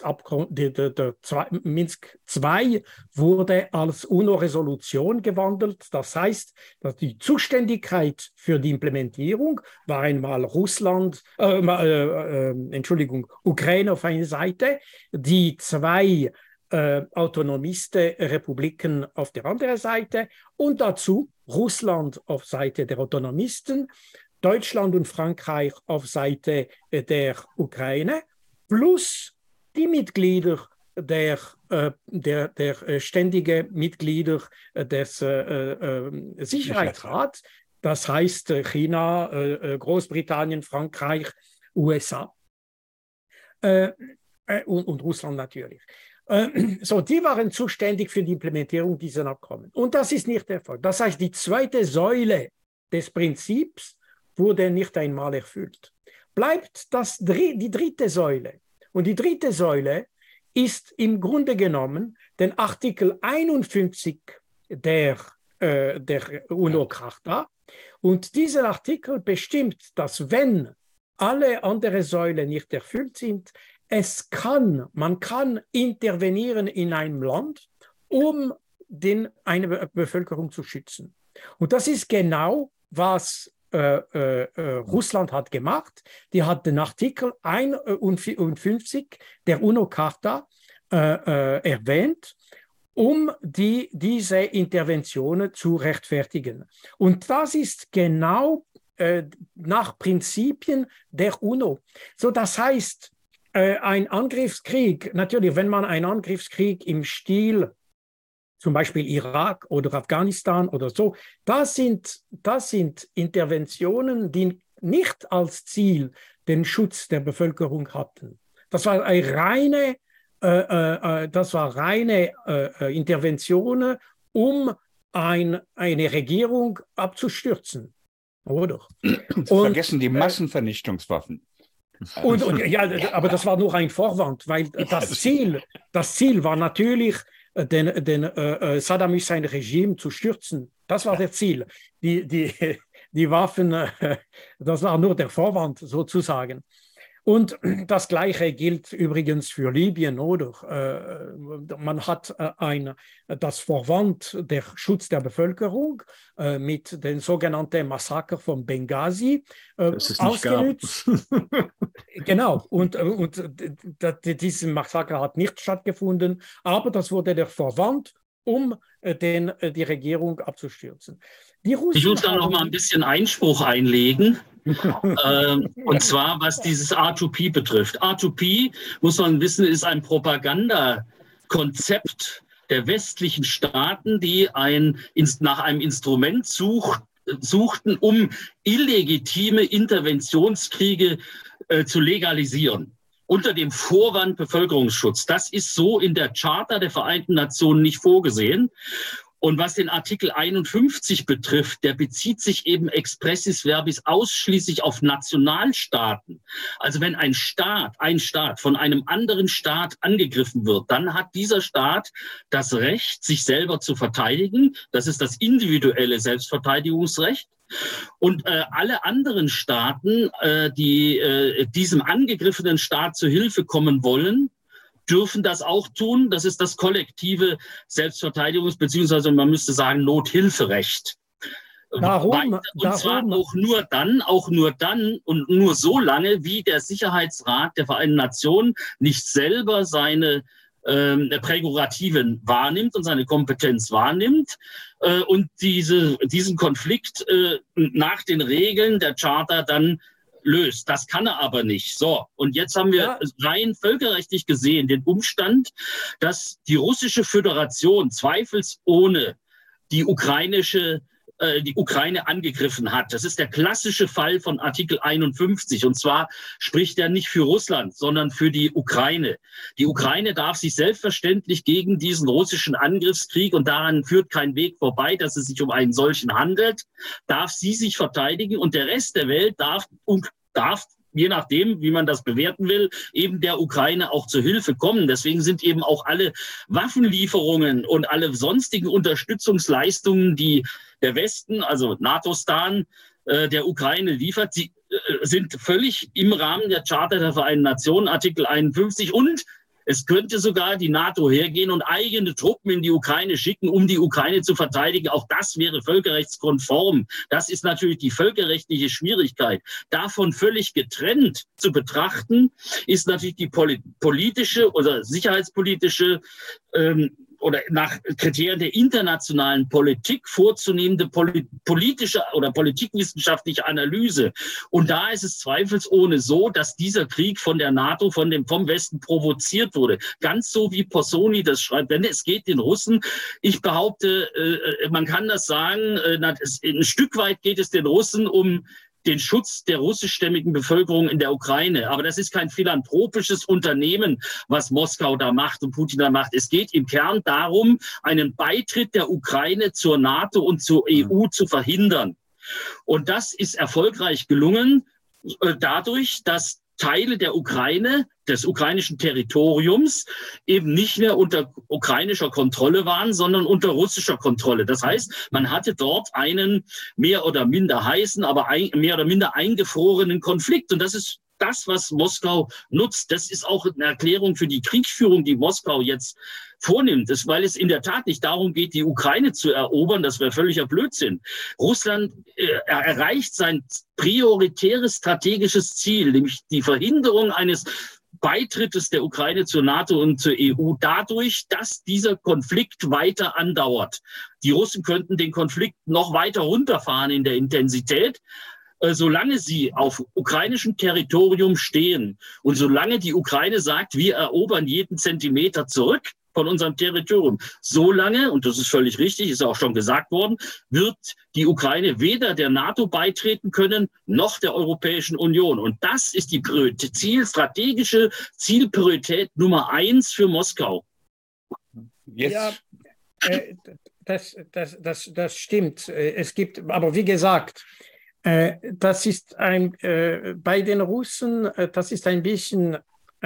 Speaker 5: II wurde als UNO-Resolution gewandelt. Das heißt, dass die Zuständigkeit für die Implementierung war einmal Ukraine auf einer Seite, die 2 Autonomisten-Republiken auf der anderen Seite und dazu Russland auf Seite der Autonomisten, Deutschland und Frankreich auf Seite der Ukraine, plus die Mitglieder der ständigen Mitglieder des Sicherheitsrats, das heißt China, Großbritannien, Frankreich, USA und Russland natürlich. So, die waren zuständig für die Implementierung dieser Abkommen. Und das ist nicht der Fall. Das heißt, die zweite Säule des Prinzips wurde nicht einmal erfüllt. Bleibt die dritte Säule. Und die dritte Säule ist im Grunde genommen den Artikel 51 der UNO-Charta. Und dieser Artikel bestimmt, dass wenn alle anderen Säulen nicht erfüllt sind, man kann intervenieren in einem Land, um eine Bevölkerung zu schützen. Und das ist genau, was Russland hat gemacht. Die hat den Artikel 51 der UNO-Charta erwähnt, um diese Interventionen zu rechtfertigen. Und das ist genau nach Prinzipien der UNO. So, das heißt, ein Angriffskrieg, natürlich, wenn man einen Angriffskrieg im Stil zum Beispiel Irak oder Afghanistan oder so, das sind Interventionen, die nicht als Ziel den Schutz der Bevölkerung hatten. Das war reine Interventionen, um eine Regierung abzustürzen, oder?
Speaker 1: Vergessen die Massenvernichtungswaffen.
Speaker 5: Ja, aber das war nur ein Vorwand, weil das Ziel war natürlich, den Saddam Hussein Regime zu stürzen. Das war das Ziel. Die Waffen, das war nur der Vorwand sozusagen. Und das Gleiche gilt übrigens für Libyen, oder? Man hat das Vorwand der Schutz der Bevölkerung mit dem sogenannten Massaker von Benghazi ausgenutzt. Genau, und dieses Massaker hat nicht stattgefunden, aber das wurde der Vorwand, um die Regierung abzustürzen.
Speaker 3: Ich muss da noch mal ein bisschen Einspruch einlegen. Und zwar, was dieses R2P betrifft. R2P, muss man wissen, ist ein Propagandakonzept der westlichen Staaten, die nach einem Instrument suchten, um illegitime Interventionskriege zu legalisieren. unter dem Vorwand Bevölkerungsschutz. Das ist so in der Charta der Vereinten Nationen nicht vorgesehen. Und was den Artikel 51 betrifft, der bezieht sich eben expressis verbis ausschließlich auf Nationalstaaten. Also wenn ein Staat von einem anderen Staat angegriffen wird, dann hat dieser Staat das Recht, sich selber zu verteidigen. Das ist das individuelle Selbstverteidigungsrecht. Und alle anderen Staaten, die diesem angegriffenen Staat zu Hilfe kommen wollen, dürfen das auch tun. Das ist das kollektive beziehungsweise man müsste sagen Nothilferecht.
Speaker 5: Warum?
Speaker 3: Und zwar auch nur dann und nur so lange, wie der Sicherheitsrat der Vereinten Nationen nicht selber seine Prärogativen wahrnimmt und seine Kompetenz wahrnimmt und diesen Konflikt nach den Regeln der Charta dann löst. Das kann er aber nicht. So, und jetzt haben wir rein völkerrechtlich gesehen den Umstand, dass die russische Föderation zweifelsohne die Ukraine angegriffen hat. Das ist der klassische Fall von Artikel 51. Und zwar spricht er nicht für Russland, sondern für die Ukraine. Die Ukraine darf sich selbstverständlich gegen diesen russischen Angriffskrieg, und daran führt kein Weg vorbei, dass es sich um einen solchen handelt, darf sie sich verteidigen, und der Rest der Welt darf, je nachdem, wie man das bewerten will, eben der Ukraine auch zur Hilfe kommen. Deswegen sind eben auch alle Waffenlieferungen und alle sonstigen Unterstützungsleistungen, die der Westen, also NATO-Stan, der Ukraine liefert, sie sind völlig im Rahmen der Charta der Vereinten Nationen, Artikel 51, und es könnte sogar die NATO hergehen und eigene Truppen in die Ukraine schicken, um die Ukraine zu verteidigen. Auch das wäre völkerrechtskonform. Das ist natürlich die völkerrechtliche Schwierigkeit. Davon völlig getrennt zu betrachten, ist natürlich die politische oder sicherheitspolitische oder nach Kriterien der internationalen Politik vorzunehmende politische oder politikwissenschaftliche Analyse. Und da ist es zweifelsohne so, dass dieser Krieg von der NATO, vom Westen provoziert wurde. Ganz so wie Possoni das schreibt. Denn es geht den Russen, ich behaupte, man kann das sagen, ein Stück weit geht es den Russen um den Schutz der russischstämmigen Bevölkerung in der Ukraine. Aber das ist kein philanthropisches Unternehmen, was Moskau da macht und Putin da macht. Es geht im Kern darum, einen Beitritt der Ukraine zur NATO und zur EU zu verhindern. Und das ist erfolgreich gelungen dadurch, dass Teile der Ukraine, des ukrainischen Territoriums, eben nicht mehr unter ukrainischer Kontrolle waren, sondern unter russischer Kontrolle. Das heißt, man hatte dort einen mehr oder minder heißen, aber mehr oder minder eingefrorenen Konflikt. Und das ist das, was Moskau nutzt. Das ist auch eine Erklärung für die Kriegsführung, die Moskau jetzt vornimmt. Das, weil es in der Tat nicht darum geht, die Ukraine zu erobern. Das wäre völliger Blödsinn. Russland erreicht sein prioritäres strategisches Ziel, nämlich die Verhinderung eines Beitrittes der Ukraine zur NATO und zur EU dadurch, dass dieser Konflikt weiter andauert. Die Russen könnten den Konflikt noch weiter runterfahren in der Intensität, solange sie auf ukrainischem Territorium stehen und solange die Ukraine sagt, wir erobern jeden Zentimeter zurück von unserem Territorium, solange, und das ist völlig richtig, ist auch schon gesagt worden, wird die Ukraine weder der NATO beitreten können, noch der Europäischen Union. Und das ist die strategische Zielpriorität Nummer 1 für Moskau.
Speaker 5: Jetzt. Ja, das stimmt. Es gibt, aber wie gesagt, das ist bei den Russen, das ist ein bisschen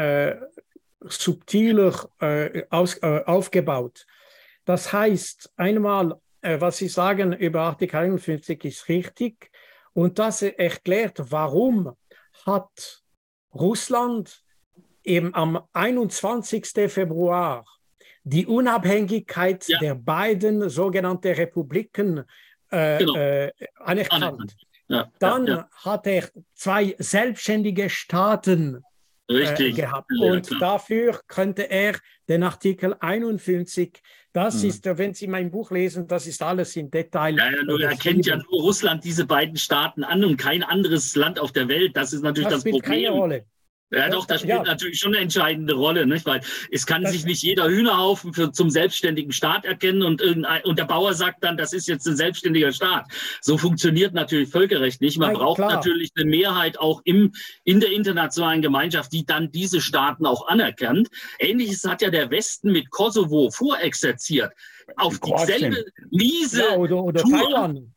Speaker 5: subtiler aufgebaut. Das heißt, einmal, was Sie sagen über Artikel 51 ist richtig, und das erklärt, warum hat Russland eben am 21. Februar die Unabhängigkeit der beiden sogenannten Republiken anerkannt. Dann hat er 2 selbstständige Staaten gehabt. Und dafür könnte er den Artikel 51, das ist, wenn Sie mein Buch lesen, das ist alles im Detail.
Speaker 3: Nur erkennt ja nur Russland diese beiden Staaten an und kein anderes Land auf der Welt. Das ist natürlich das Problem.
Speaker 5: Keine Rolle.
Speaker 3: Ja, doch, das spielt natürlich schon eine entscheidende Rolle, nicht? Weil es kann sich nicht jeder Hühnerhaufen zum selbstständigen Staat erkennen und der Bauer sagt dann, das ist jetzt ein selbstständiger Staat. So funktioniert natürlich Völkerrecht nicht. Man braucht natürlich eine Mehrheit auch in der internationalen Gemeinschaft, die dann diese Staaten auch anerkennt. Ähnliches hat ja der Westen mit Kosovo vorexerziert. Auf dieselbe miese
Speaker 5: oder
Speaker 3: Tour.
Speaker 5: Taiwan.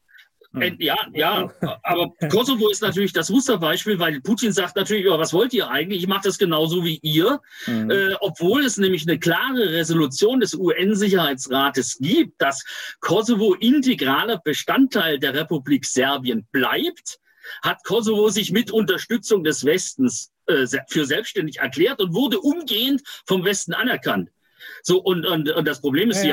Speaker 3: Ja, aber Kosovo ist natürlich das Musterbeispiel, weil Putin sagt natürlich, was wollt ihr eigentlich? Ich mache das genauso wie ihr, obwohl es nämlich eine klare Resolution des UN-Sicherheitsrates gibt, dass Kosovo integraler Bestandteil der Republik Serbien bleibt, hat Kosovo sich mit Unterstützung des Westens für selbstständig erklärt und wurde umgehend vom Westen anerkannt. So, und das Problem ist,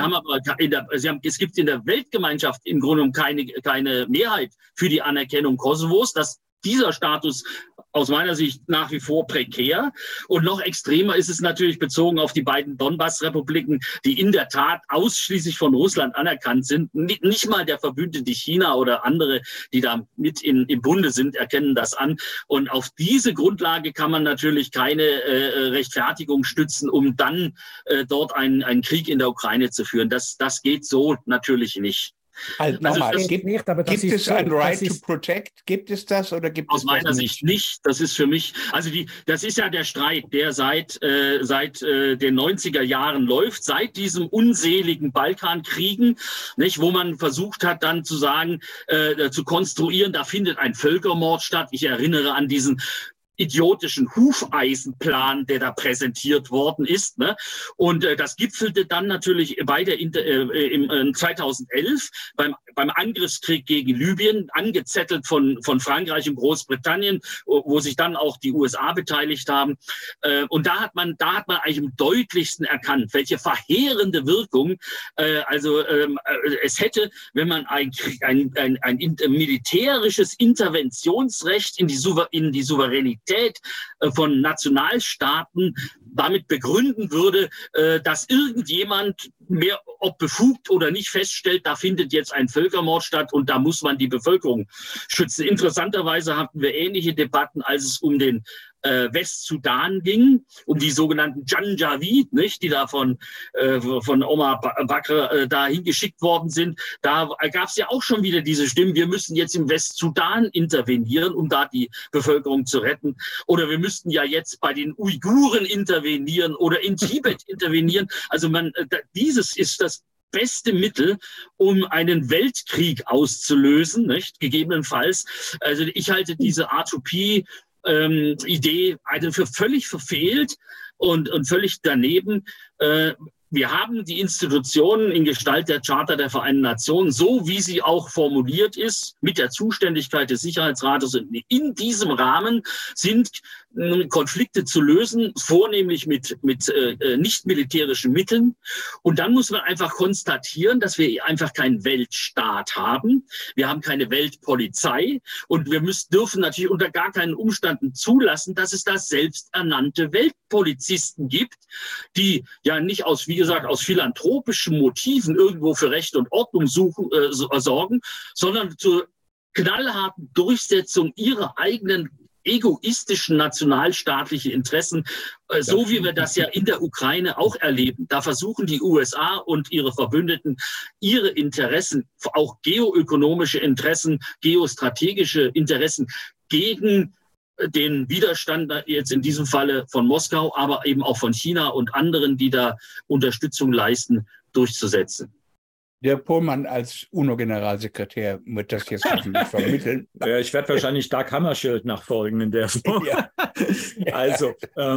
Speaker 3: es gibt in der Weltgemeinschaft im Grunde genommen keine Mehrheit für die Anerkennung Kosovos. Dieser Status aus meiner Sicht nach wie vor prekär. Und noch extremer ist es natürlich bezogen auf die beiden Donbass-Republiken, die in der Tat ausschließlich von Russland anerkannt sind. Nicht mal der Verbündete China oder andere, die da mit im Bunde sind, erkennen das an. Und auf diese Grundlage kann man natürlich keine Rechtfertigung stützen, um dann dort einen Krieg in der Ukraine zu führen. Das geht so natürlich nicht.
Speaker 1: Also nochmal, gibt es ein Right to Protect? Gibt es das oder gibt es das nicht?
Speaker 3: Aus meiner Sicht nicht. Das ist für mich, das ist ja der Streit, der seit den 90er Jahren läuft, seit diesem unseligen Balkankriegen, nicht, wo man versucht hat, dann zu sagen, zu konstruieren, da findet ein Völkermord statt. Ich erinnere an diesen idiotischen Hufeisenplan, der da präsentiert worden ist. Ne? Und das gipfelte dann natürlich bei im 2011 beim Angriffskrieg gegen Libyen, angezettelt von Frankreich und Großbritannien, wo sich dann auch die USA beteiligt haben. Und da hat man eigentlich am deutlichsten erkannt, welche verheerende Wirkung es hätte, wenn man ein militärisches Interventionsrecht in die Souveränität von Nationalstaaten damit begründen würde, dass irgendjemand mehr, ob befugt oder nicht, feststellt, da findet jetzt ein Völkermord statt und da muss man die Bevölkerung schützen. Interessanterweise hatten wir ähnliche Debatten, als es um den Westsudan ging, um die sogenannten Janjaweed, nicht, die da von Omar Bakr dahin geschickt worden sind. Da gab es ja auch schon wieder diese Stimmen, wir müssen jetzt im Westsudan intervenieren, um da die Bevölkerung zu retten. Oder wir müssten ja jetzt bei den Uiguren intervenieren oder in Tibet intervenieren. Also dieses ist das beste Mittel, um einen Weltkrieg auszulösen, nicht? Gegebenenfalls. Also ich halte diese R2P Idee für völlig verfehlt und völlig daneben. Wir haben die Institutionen in Gestalt der Charta der Vereinten Nationen, so wie sie auch formuliert ist, mit der Zuständigkeit des Sicherheitsrates. Und in diesem Rahmen sind Konflikte zu lösen, vornehmlich mit nicht militärischen Mitteln. Und dann muss man einfach konstatieren, dass wir einfach keinen Weltstaat haben. Wir haben keine Weltpolizei und wir dürfen natürlich unter gar keinen Umständen zulassen, dass es da selbsternannte Weltpolizisten gibt, die ja nicht aus philanthropischen Motiven irgendwo für Recht und Ordnung sorgen, sondern zur knallharten Durchsetzung ihrer eigenen egoistischen nationalstaatlichen Interessen, so wie wir das ja in der Ukraine auch erleben. Da versuchen die USA und ihre Verbündeten, ihre Interessen, auch geoökonomische Interessen, geostrategische Interessen gegen den Widerstand jetzt in diesem Falle von Moskau, aber eben auch von China und anderen, die da Unterstützung leisten, durchzusetzen.
Speaker 1: Der Pohlmann als UNO-Generalsekretär wird das jetzt hoffentlich vermitteln.
Speaker 2: Ja, ich werde wahrscheinlich Dag Hammarskjöld nachfolgen in der Form. Ja. Also,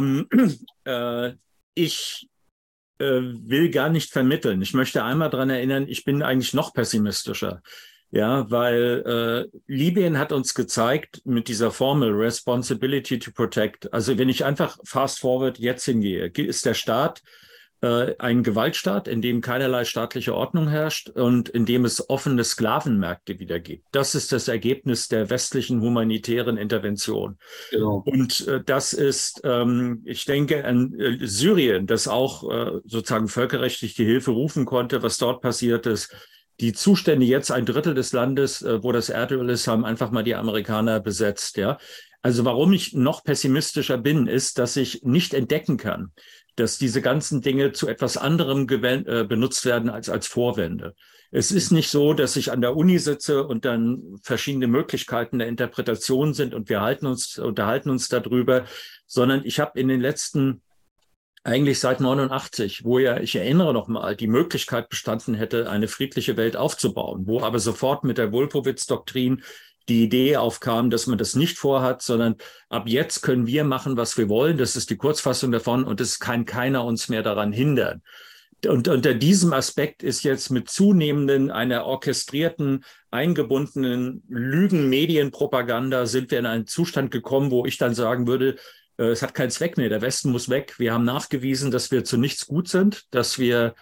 Speaker 2: ich will gar nicht vermitteln. Ich möchte einmal daran erinnern, ich bin eigentlich noch pessimistischer. Ja, weil Libyen hat uns gezeigt mit dieser Formel Responsibility to Protect. Also wenn ich einfach fast forward jetzt hingehe, ist der Staat ein Gewaltstaat, in dem keinerlei staatliche Ordnung herrscht und in dem es offene Sklavenmärkte wieder gibt. Das ist das Ergebnis der westlichen humanitären Intervention. Genau. Und das ist, ich denke an Syrien, das auch sozusagen völkerrechtlich die Hilfe rufen konnte, was dort passiert ist. Die Zustände jetzt, 1/3 des Landes, wo das Erdöl ist, haben einfach mal die Amerikaner besetzt, ja. Also warum ich noch pessimistischer bin, ist, dass ich nicht entdecken kann, dass diese ganzen Dinge zu etwas anderem benutzt werden als Vorwände. Es ist nicht so, dass ich an der Uni sitze und dann verschiedene Möglichkeiten der Interpretation sind und wir unterhalten uns darüber, sondern ich habe in den letzten, eigentlich seit 89, wo ja, ich erinnere noch mal, die Möglichkeit bestanden hätte, eine friedliche Welt aufzubauen, wo aber sofort mit der Wolfowitz-Doktrin die Idee aufkam, dass man das nicht vorhat, sondern ab jetzt können wir machen, was wir wollen. Das ist die Kurzfassung davon und es kann keiner uns mehr daran hindern. Und unter diesem Aspekt ist jetzt mit zunehmenden einer orchestrierten, eingebundenen Lügen-Medienpropaganda sind wir in einen Zustand gekommen, wo ich dann sagen würde, es hat keinen Zweck mehr. Der Westen muss weg. Wir haben nachgewiesen, dass wir zu nichts gut sind, dass wir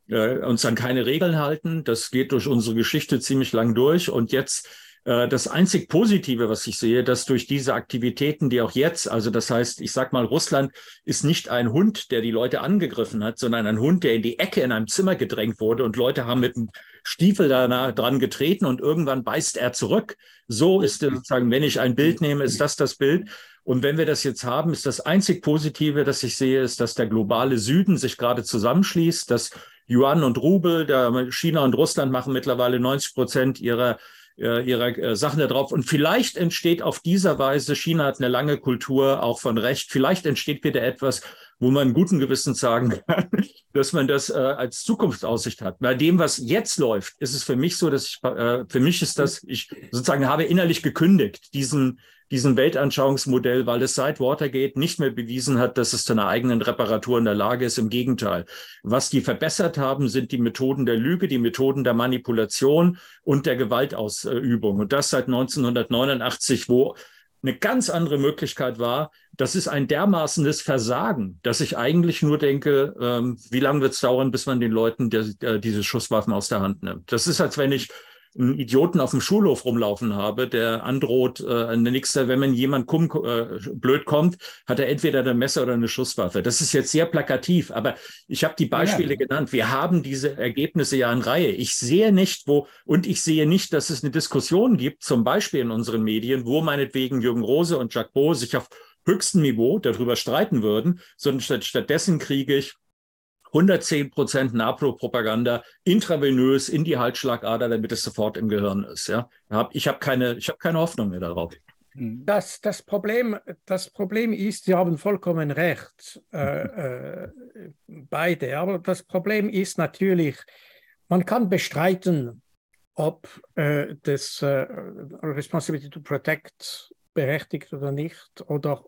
Speaker 2: uns an keine Regeln halten. Das geht durch unsere Geschichte ziemlich lang durch. Und jetzt das einzig Positive, was ich sehe, dass durch diese Aktivitäten, die auch jetzt, also das heißt, ich sag mal, Russland ist nicht ein Hund, der die Leute angegriffen hat, sondern ein Hund, der in die Ecke in einem Zimmer gedrängt wurde und Leute haben mit dem Stiefel da dran getreten und irgendwann beißt er zurück. So ist sozusagen, wenn ich ein Bild nehme, ist das Bild. Und wenn wir das jetzt haben, ist das einzig Positive, das ich sehe, ist, dass der globale Süden sich gerade zusammenschließt, dass Yuan und Rubel, China und Russland machen mittlerweile 90% ihrer Sachen da drauf. Und vielleicht entsteht auf dieser Weise, China hat eine lange Kultur auch von Recht, vielleicht entsteht wieder etwas, wo man guten Gewissens sagen kann, dass man das als Zukunftsaussicht hat. Bei dem, was jetzt läuft, ist es für mich so, dass für mich ist das, ich sozusagen habe innerlich gekündigt, diesen Weltanschauungsmodell, weil es seit Watergate nicht mehr bewiesen hat, dass es zu einer eigenen Reparatur in der Lage ist. Im Gegenteil. Was die verbessert haben, sind die Methoden der Lüge, die Methoden der Manipulation und der Gewaltausübung. Und das seit 1989, wo eine ganz andere Möglichkeit war. Das ist ein dermaßenes Versagen, dass ich eigentlich nur denke, wie lange wird es dauern, bis man den Leuten diese Schusswaffen aus der Hand nimmt. Das ist, als wenn ich einen Idioten auf dem Schulhof rumlaufen habe, der androht, wenn man jemand blöd kommt, hat er entweder ein Messer oder eine Schusswaffe. Das ist jetzt sehr plakativ, aber ich habe die Beispiele genannt. Wir haben diese Ergebnisse ja in Reihe. Ich sehe nicht, dass es eine Diskussion gibt, zum Beispiel in unseren Medien, wo meinetwegen Jürgen Rose und Jacques Beau sich auf höchstem Niveau darüber streiten würden, sondern stattdessen kriege ich 110% NAPRO-Propaganda intravenös in die Halsschlagader, damit es sofort im Gehirn ist. Ja? Ich habe keine Hoffnung mehr darauf.
Speaker 5: Das Problem ist, Sie haben vollkommen recht, beide, aber das Problem ist natürlich, man kann bestreiten, ob das Responsibility to Protect berechtigt oder nicht, oder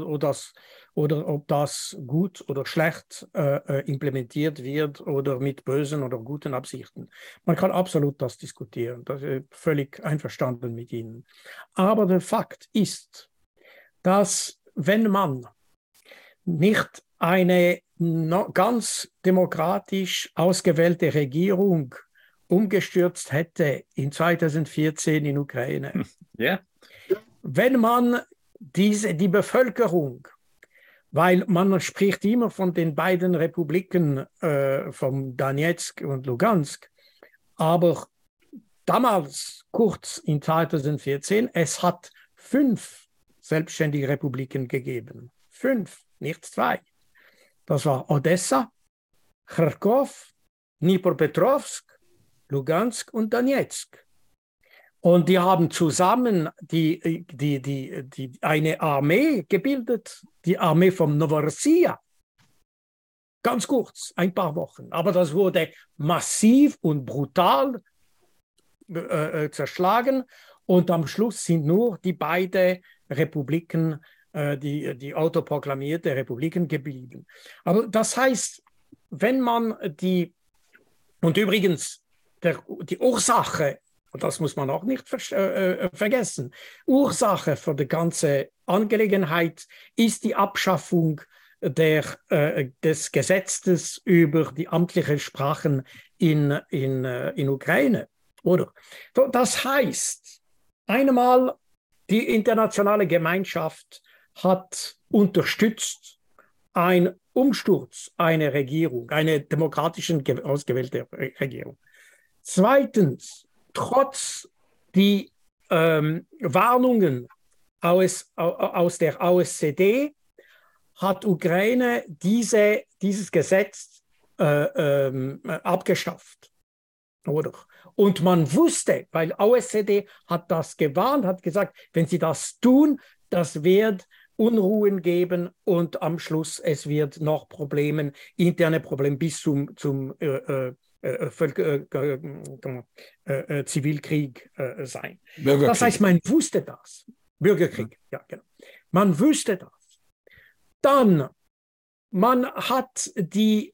Speaker 5: ob das gut oder schlecht implementiert wird oder mit bösen oder guten Absichten. Man kann absolut das diskutieren, da bin ich völlig einverstanden mit Ihnen. Aber der Fakt ist, dass wenn man nicht eine ganz demokratisch ausgewählte Regierung umgestürzt hätte in 2014 in Ukraine,
Speaker 2: ja.
Speaker 5: Wenn man die Bevölkerung, weil man spricht immer von den beiden Republiken von Donetsk und Lugansk, aber damals, kurz in 2014, es hat 5 selbstständige Republiken gegeben. 5, nicht 2. Das war Odessa, Kharkov, Dnipropetrovsk, Lugansk und Donetsk. Und die haben zusammen eine Armee gebildet, die Armee von Novorossiya. Ganz kurz, ein paar Wochen. Aber das wurde massiv und brutal zerschlagen. Und am Schluss sind nur die beiden Republiken, die autoproklamierte Republiken geblieben. Aber das heißt, wenn man und übrigens die Ursache, und das muss man auch nicht vergessen. Ursache für die ganze Angelegenheit ist die Abschaffung des Gesetzes über die amtlichen Sprachen in Ukraine. Oder? Das heißt, einmal die internationale Gemeinschaft hat unterstützt einen Umsturz einer Regierung, einer demokratisch ausgewählte Regierung. Zweitens, trotz die Warnungen aus der OSZE hat Ukraine dieses Gesetz abgeschafft. Oder? Und man wusste, weil OSZE hat das gewarnt, hat gesagt, wenn sie das tun, das wird Unruhen geben und am Schluss es wird noch interne Probleme bis zum Zivilkrieg sein. Das heißt, man wusste das. Bürgerkrieg, ja, genau. Man wusste das. Dann, man hat die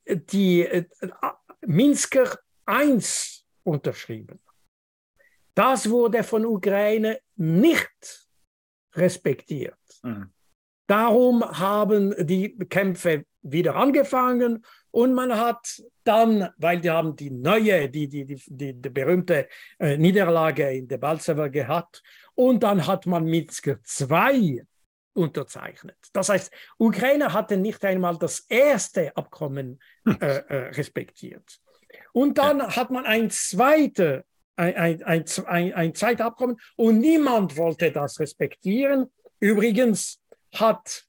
Speaker 5: Minsker I unterschrieben. Das wurde von Ukraine nicht respektiert. Mhm. Darum haben die Kämpfe wieder angefangen und man hat dann, weil die haben die berühmte Niederlage in Debaltseve gehabt und dann hat man Minsker II unterzeichnet. Das heißt, Ukraine hatte nicht einmal das erste Abkommen respektiert. Und dann hat man ein zweites Abkommen und niemand wollte das respektieren. Übrigens hat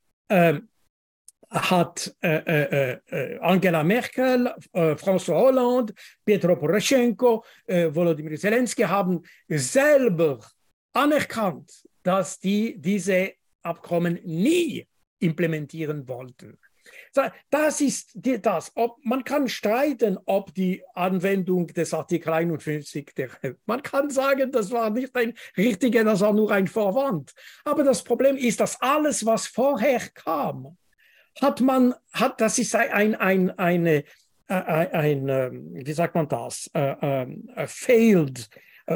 Speaker 5: Angela Merkel, François Hollande, Petro Poroschenko, Volodymyr Zelensky haben selber anerkannt, dass diese Abkommen nie implementieren wollten. Das ist das. Man kann streiten, ob die Anwendung des Artikel 51, man kann sagen, das war nicht ein richtiger, das war nur ein Vorwand. Aber das Problem ist, dass alles, was vorher kam, das ist wie sagt man das, failed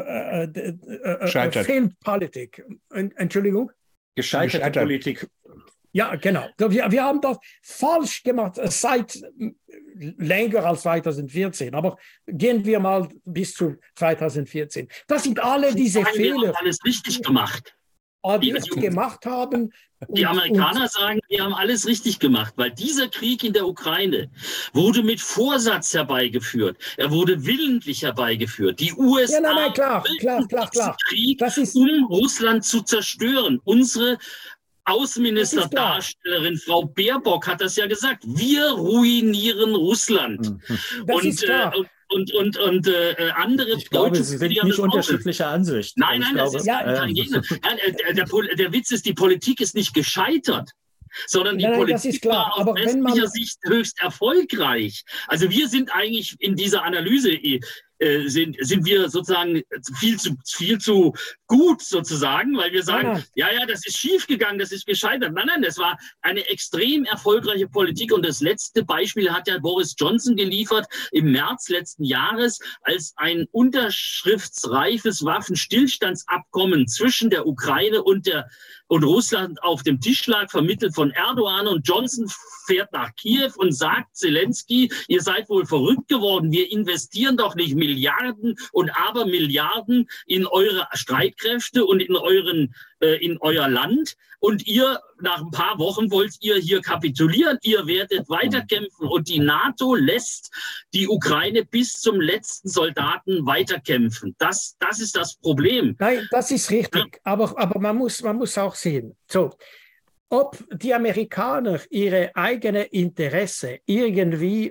Speaker 5: Politik. Entschuldigung?
Speaker 2: Gescheiterte Politik.
Speaker 5: Ja, genau. Wir haben das falsch gemacht seit länger als 2014. Aber gehen wir mal bis zu 2014. Das sind alle diese Fehler.
Speaker 3: Wir haben alles richtig gemacht.
Speaker 5: Die wir gemacht haben.
Speaker 3: Die Amerikaner sagen, wir haben alles richtig gemacht, weil dieser Krieg in der Ukraine wurde mit Vorsatz herbeigeführt. Er wurde willentlich herbeigeführt. Die USA
Speaker 5: klar.
Speaker 3: Krieg, um Russland zu zerstören. Unsere Außenministerdarstellerin Frau Baerbock hat das ja gesagt. Wir ruinieren Russland. Und andere
Speaker 2: ich glaube, Sie sind nicht unterschiedlicher Ansicht.
Speaker 3: Nein, das ist der Witz ist, die Politik ist nicht gescheitert, sondern die Politik war aus westlicher Sicht höchst erfolgreich. Also wir sind eigentlich in dieser Analyse sind wir sozusagen viel zu gut sozusagen, weil wir sagen, ja, das ist schiefgegangen, das ist gescheitert. Nein, das war eine extrem erfolgreiche Politik und das letzte Beispiel hat ja Boris Johnson geliefert im März letzten Jahres, als ein unterschriftsreifes Waffenstillstandsabkommen zwischen der Ukraine und Russland auf dem Tisch lag, vermittelt von Erdogan, und Johnson fährt nach Kiew und sagt Zelensky, ihr seid wohl verrückt geworden, wir investieren doch nicht Milliarden und Abermilliarden in eure Streitkräfte und in euer Land, und ihr nach ein paar Wochen wollt ihr hier kapitulieren, ihr werdet weiterkämpfen, und die NATO lässt die Ukraine bis zum letzten Soldaten weiterkämpfen. Das ist das Problem.
Speaker 5: Nein, das ist richtig, aber man muss auch sehen, so, ob die Amerikaner ihre eigene Interesse irgendwie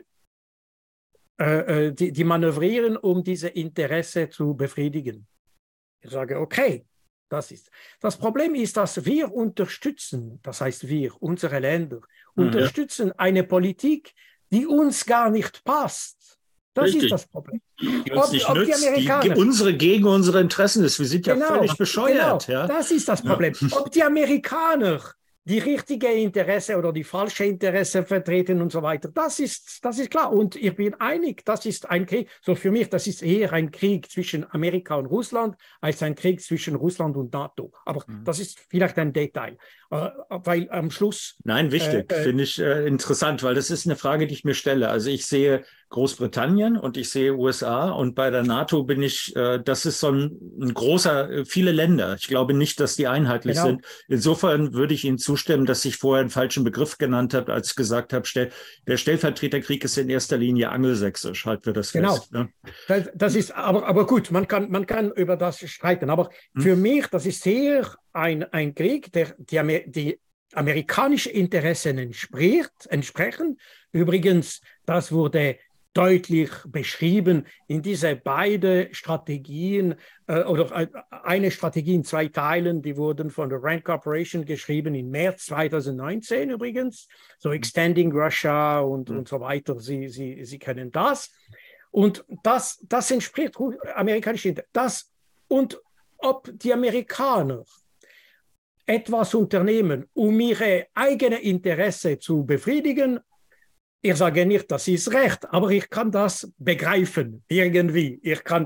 Speaker 5: die manövrieren, um diese Interesse zu befriedigen. Ich sage, okay, das Problem ist, dass wir unterstützen, das heißt unsere Länder, unterstützen eine Politik, die uns gar nicht passt. Das ist das Problem.
Speaker 2: Die uns nicht nützt, die unsere gegen unsere Interessen ist. Wir sind ja völlig bescheuert.
Speaker 5: Genau, ja? Das ist das Problem. Ob die Amerikaner die richtige Interesse oder die falsche Interesse vertreten und so weiter, das ist klar. Und ich bin einig, das ist ein Krieg, so für mich, das ist eher ein Krieg zwischen Amerika und Russland, als ein Krieg zwischen Russland und NATO. Aber das ist vielleicht ein Detail, weil am Schluss...
Speaker 2: Nein, wichtig, finde ich interessant, weil das ist eine Frage, die ich mir stelle. Also ich sehe Großbritannien und ich sehe USA und bei der NATO bin ich, das ist so ein großer, viele Länder. Ich glaube nicht, dass die einheitlich sind. Insofern würde ich Ihnen zustimmen, dass ich vorher einen falschen Begriff genannt habe, als ich gesagt habe, der Stellvertreterkrieg ist in erster Linie angelsächsisch, halten wir das fest.
Speaker 5: Ne? Das ist, aber gut, man kann über das streiten. Aber für mich, das ist eher ein Krieg, der die amerikanische Interessen entsprechen. Übrigens, das wurde deutlich beschrieben in diese beiden Strategien oder eine Strategie in 2 Teilen, die wurden von der Rand Corporation geschrieben im März 2019 übrigens, so Extending Russia und so weiter, Sie kennen das. Und das entspricht amerikanischen Interessen. Und ob die Amerikaner etwas unternehmen, um ihre eigenen Interessen zu befriedigen, ich sage nicht, das ist recht, aber ich kann das begreifen, irgendwie.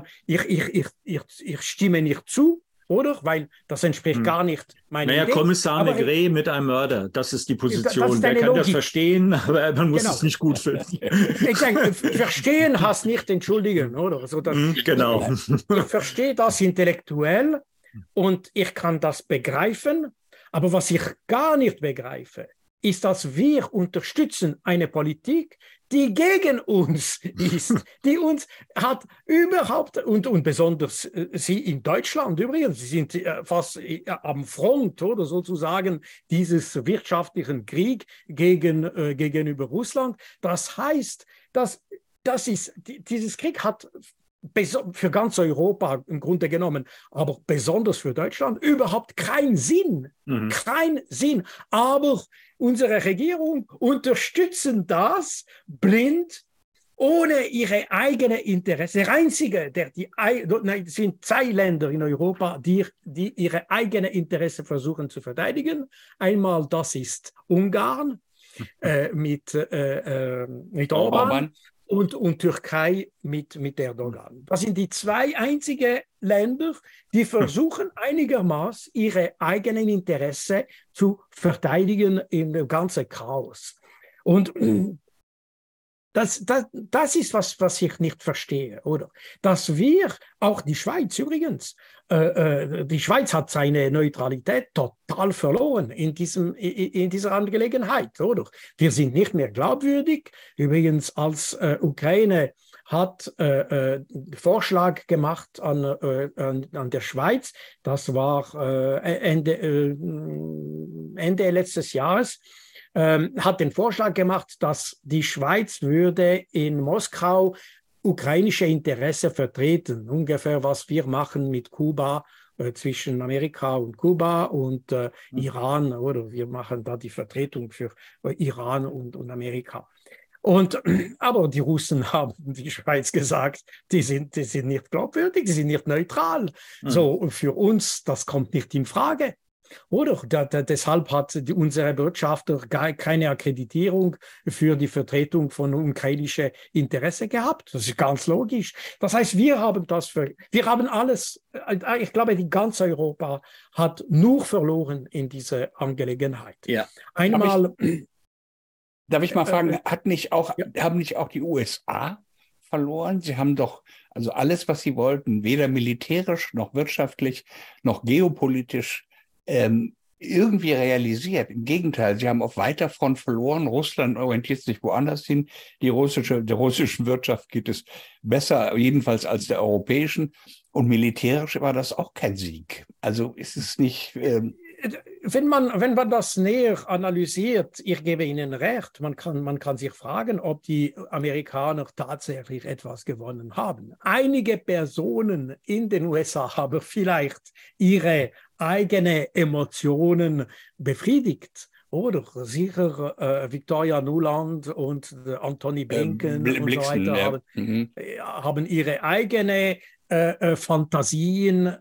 Speaker 5: Ich stimme nicht zu, oder? Weil das entspricht gar nicht meiner Idee.
Speaker 2: Kommissar Maigret mit einem Mörder, das ist die Position. Der kann das verstehen, aber man muss es nicht gut finden.
Speaker 5: Ich sage, verstehen heißt nicht entschuldigen, oder? Also
Speaker 2: genau.
Speaker 5: Ich verstehe das intellektuell und ich kann das begreifen, aber was ich gar nicht begreife, ist, dass wir unterstützen eine Politik, die gegen uns ist, die uns hat überhaupt, und besonders Sie in Deutschland übrigens, Sie sind fast am Front oder sozusagen dieses wirtschaftlichen Krieg gegenüber Russland. Das heißt, dieses Krieg hat für ganz Europa im Grunde genommen, aber besonders für Deutschland überhaupt keinen Sinn. Kein Sinn. Aber unsere Regierung unterstützen das blind, ohne ihre eigenen Interessen. Der einzige, es sind 2 Länder in Europa, die ihre eigenen Interessen versuchen zu verteidigen. Einmal, das ist Ungarn mit Orbán. Und Türkei mit Erdogan. Das sind die 2 einzigen Länder, die versuchen einigermaßen ihre eigenen Interessen zu verteidigen im ganzen Chaos. Und das ist was ich nicht verstehe, oder? Dass wir, auch die Schweiz übrigens, die Schweiz hat seine Neutralität total verloren in dieser Angelegenheit, oder? Wir sind nicht mehr glaubwürdig. Übrigens, als Ukraine hat Vorschlag gemacht an der Schweiz, das war Ende letztes Jahres, hat den Vorschlag gemacht, dass die Schweiz würde in Moskau ukrainische Interessen vertreten, ungefähr was wir machen mit Kuba, zwischen Amerika und Kuba und Iran, oder wir machen da die Vertretung für Iran und Amerika. Aber die Russen haben die Schweiz gesagt, die sind nicht glaubwürdig, die sind nicht neutral. So, für uns, das kommt nicht in Frage. Oder deshalb hat unsere Botschafter keine Akkreditierung für die Vertretung von ukrainischen Interessen gehabt. Das ist ganz logisch. Das heißt, wir haben alles, ich glaube, die ganze Europa hat nur verloren in dieser Angelegenheit.
Speaker 1: Ja.
Speaker 5: Einmal.
Speaker 1: Darf ich mal fragen, haben nicht auch die USA verloren? Sie haben doch also alles, was sie wollten, weder militärisch noch wirtschaftlich noch geopolitisch irgendwie realisiert. Im Gegenteil, sie haben auf weiter Front verloren. Russland orientiert sich woanders hin. Der russischen Wirtschaft geht es besser, jedenfalls als der europäischen. Und militärisch war das auch kein Sieg. Also ist es nicht...
Speaker 5: Wenn man das näher analysiert, ich gebe Ihnen recht, man kann sich fragen, ob die Amerikaner tatsächlich etwas gewonnen haben. Einige Personen in den USA haben vielleicht ihre eigenen Emotionen befriedigt. Oder sicher Victoria Nuland und Anthony Blinken und so weiter haben ihre eigene Fantasien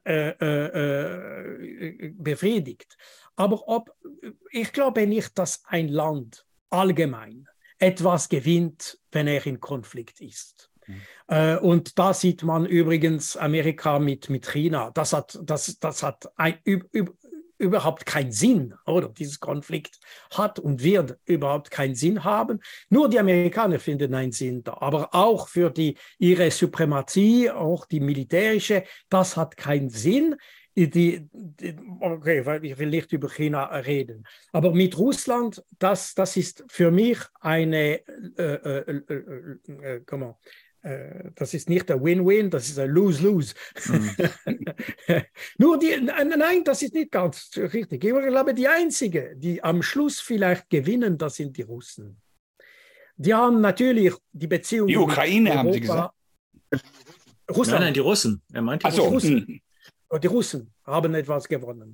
Speaker 5: befriedigt. Aber ich glaube nicht, dass ein Land allgemein etwas gewinnt, wenn er in Konflikt ist. Und da sieht man übrigens Amerika mit China. Das hat überhaupt keinen Sinn, oder? Dieses Konflikt hat und wird überhaupt keinen Sinn haben. Nur die Amerikaner finden einen Sinn da, aber auch für ihre Suprematie, auch die militärische, das hat keinen Sinn. Okay, weil ich will nicht über China reden, aber mit Russland, das ist für mich eine, das ist nicht ein Win-Win, das ist ein Lose-Lose. Nein, das ist nicht ganz richtig. Ich glaube, die einzige, die am Schluss vielleicht gewinnen, das sind die Russen. Die haben natürlich die Beziehungen.
Speaker 1: Die Ukraine,
Speaker 5: mit Europa.
Speaker 1: haben Sie gesagt?
Speaker 5: Russland.
Speaker 2: Nein, die Russen. Er meinte
Speaker 5: die Russen. Die Russen haben etwas gewonnen.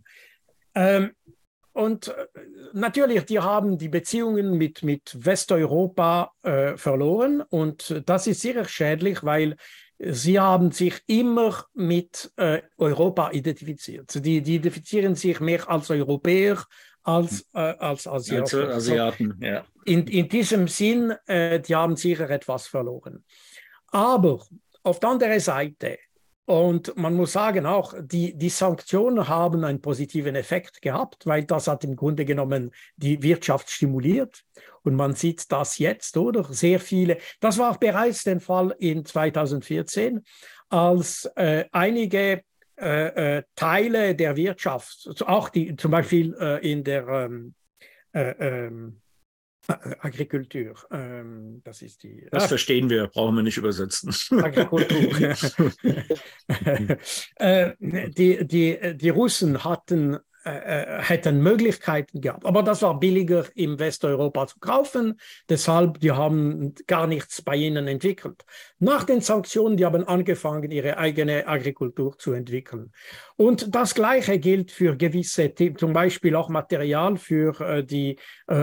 Speaker 5: Und natürlich, die haben die Beziehungen mit Westeuropa verloren. Und das ist sicher schädlich, weil sie haben sich immer mit Europa identifiziert. Die identifizieren sich mehr als Europäer als Asiaten.
Speaker 2: Asiaten, ja.
Speaker 5: In diesem Sinn, die haben sicher etwas verloren. Aber auf der anderen Seite, und man muss sagen auch, die Sanktionen haben einen positiven Effekt gehabt, weil das hat im Grunde genommen die Wirtschaft stimuliert. Und man sieht das jetzt, oder? Sehr viele, das war auch bereits der Fall in 2014, als einige Teile der Wirtschaft, auch zum Beispiel in der Agrikultur, das ist die.
Speaker 2: Das verstehen wir, brauchen wir nicht übersetzen.
Speaker 5: Agrikultur. Die Russen hätten Möglichkeiten gehabt, aber das war billiger im Westeuropa zu kaufen, deshalb die haben gar nichts bei ihnen entwickelt. Nach den Sanktionen, die haben angefangen, ihre eigene Agrikultur zu entwickeln. Und das Gleiche gilt für gewisse, zum Beispiel auch Material für die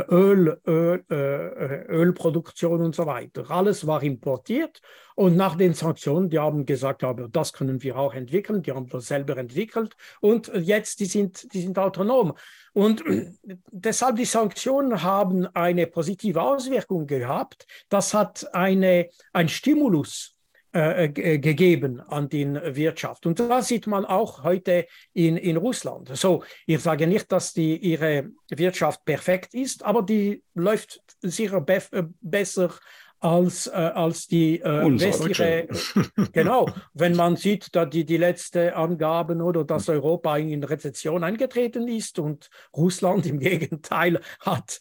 Speaker 5: Ölproduktion und so weiter. Alles war importiert und nach den Sanktionen, die haben gesagt, aber das können wir auch entwickeln, die haben das selber entwickelt und jetzt die sind autonom. Und deshalb die Sanktionen haben eine positive Auswirkung gehabt. Das hat ein Stimulus gegeben an die Wirtschaft. Und das sieht man auch heute in Russland. So, ich sage nicht, dass ihre Wirtschaft perfekt ist, aber die läuft sicher besser als die westliche. Genau, wenn man sieht, dass die letzte Angaben oder dass Europa in Rezession eingetreten ist und Russland im Gegenteil hat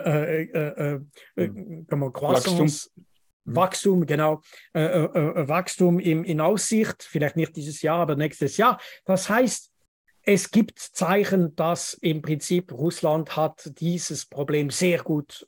Speaker 5: Wachstum, genau, Wachstum in Aussicht, vielleicht nicht dieses Jahr, aber nächstes Jahr. Das heißt, es gibt Zeichen, dass im Prinzip Russland hat dieses Problem sehr gut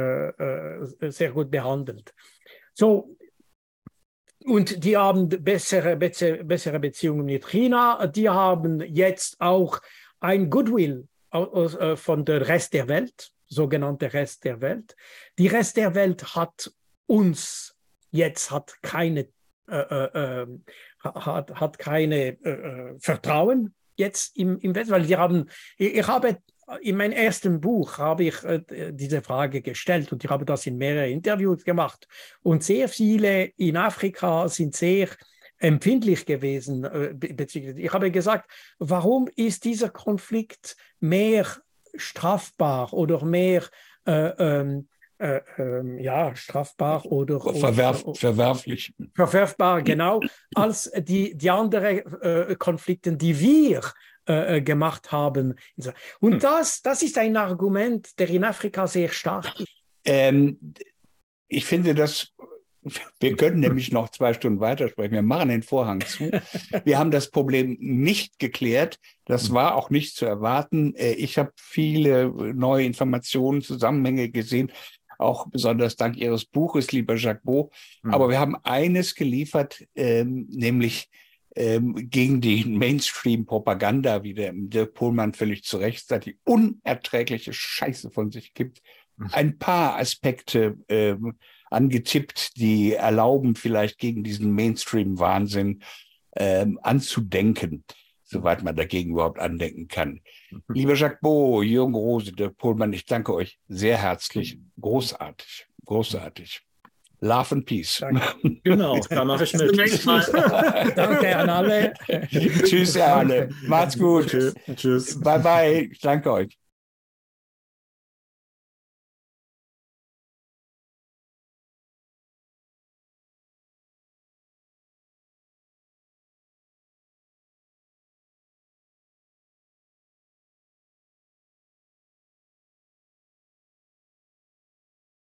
Speaker 5: behandelt. So, und die haben bessere Beziehungen mit China. Die haben jetzt auch ein Goodwill von der Rest der Welt, sogenannte Rest der Welt. Die Rest der Welt hat uns jetzt keine Vertrauen jetzt im Westen, weil ich habe in meinem ersten Buch habe ich diese Frage gestellt und ich habe das in mehreren Interviews gemacht und sehr viele in Afrika sind sehr empfindlich gewesen bezüglich. Ich habe gesagt, warum ist dieser Konflikt mehr strafbar oder mehr strafbar oder
Speaker 1: verwerflich.
Speaker 5: Verwerfbar, genau, als die anderen Konflikte, die wir gemacht haben. Und das ist ein Argument, der in Afrika sehr stark ist.
Speaker 1: Ich finde, wir können nämlich noch 2 Stunden weitersprechen. Wir machen den Vorhang zu. Wir haben das Problem nicht geklärt. Das war auch nicht zu erwarten. Ich habe viele neue Informationen, Zusammenhänge gesehen, auch besonders dank Ihres Buches, lieber Jacques Beau. Aber wir haben eines geliefert, nämlich gegen die Mainstream-Propaganda, wie der Dirk Pohlmann völlig zu Recht sagt, die unerträgliche Scheiße von sich gibt. Ein paar Aspekte angetippt, die erlauben, vielleicht gegen diesen Mainstream-Wahnsinn anzudenken, soweit man dagegen überhaupt andenken kann. Lieber Jacques Beau, Jürgen Rose, Dirk Pohlmann, ich danke euch sehr herzlich. Großartig, großartig. Love and Peace.
Speaker 5: Danke.
Speaker 2: Genau, da mache ich mit.
Speaker 5: Danke an alle.
Speaker 1: Tschüss, Herr Arne. Macht's gut.
Speaker 2: Tschüss.
Speaker 1: Bye, bye. Ich danke euch.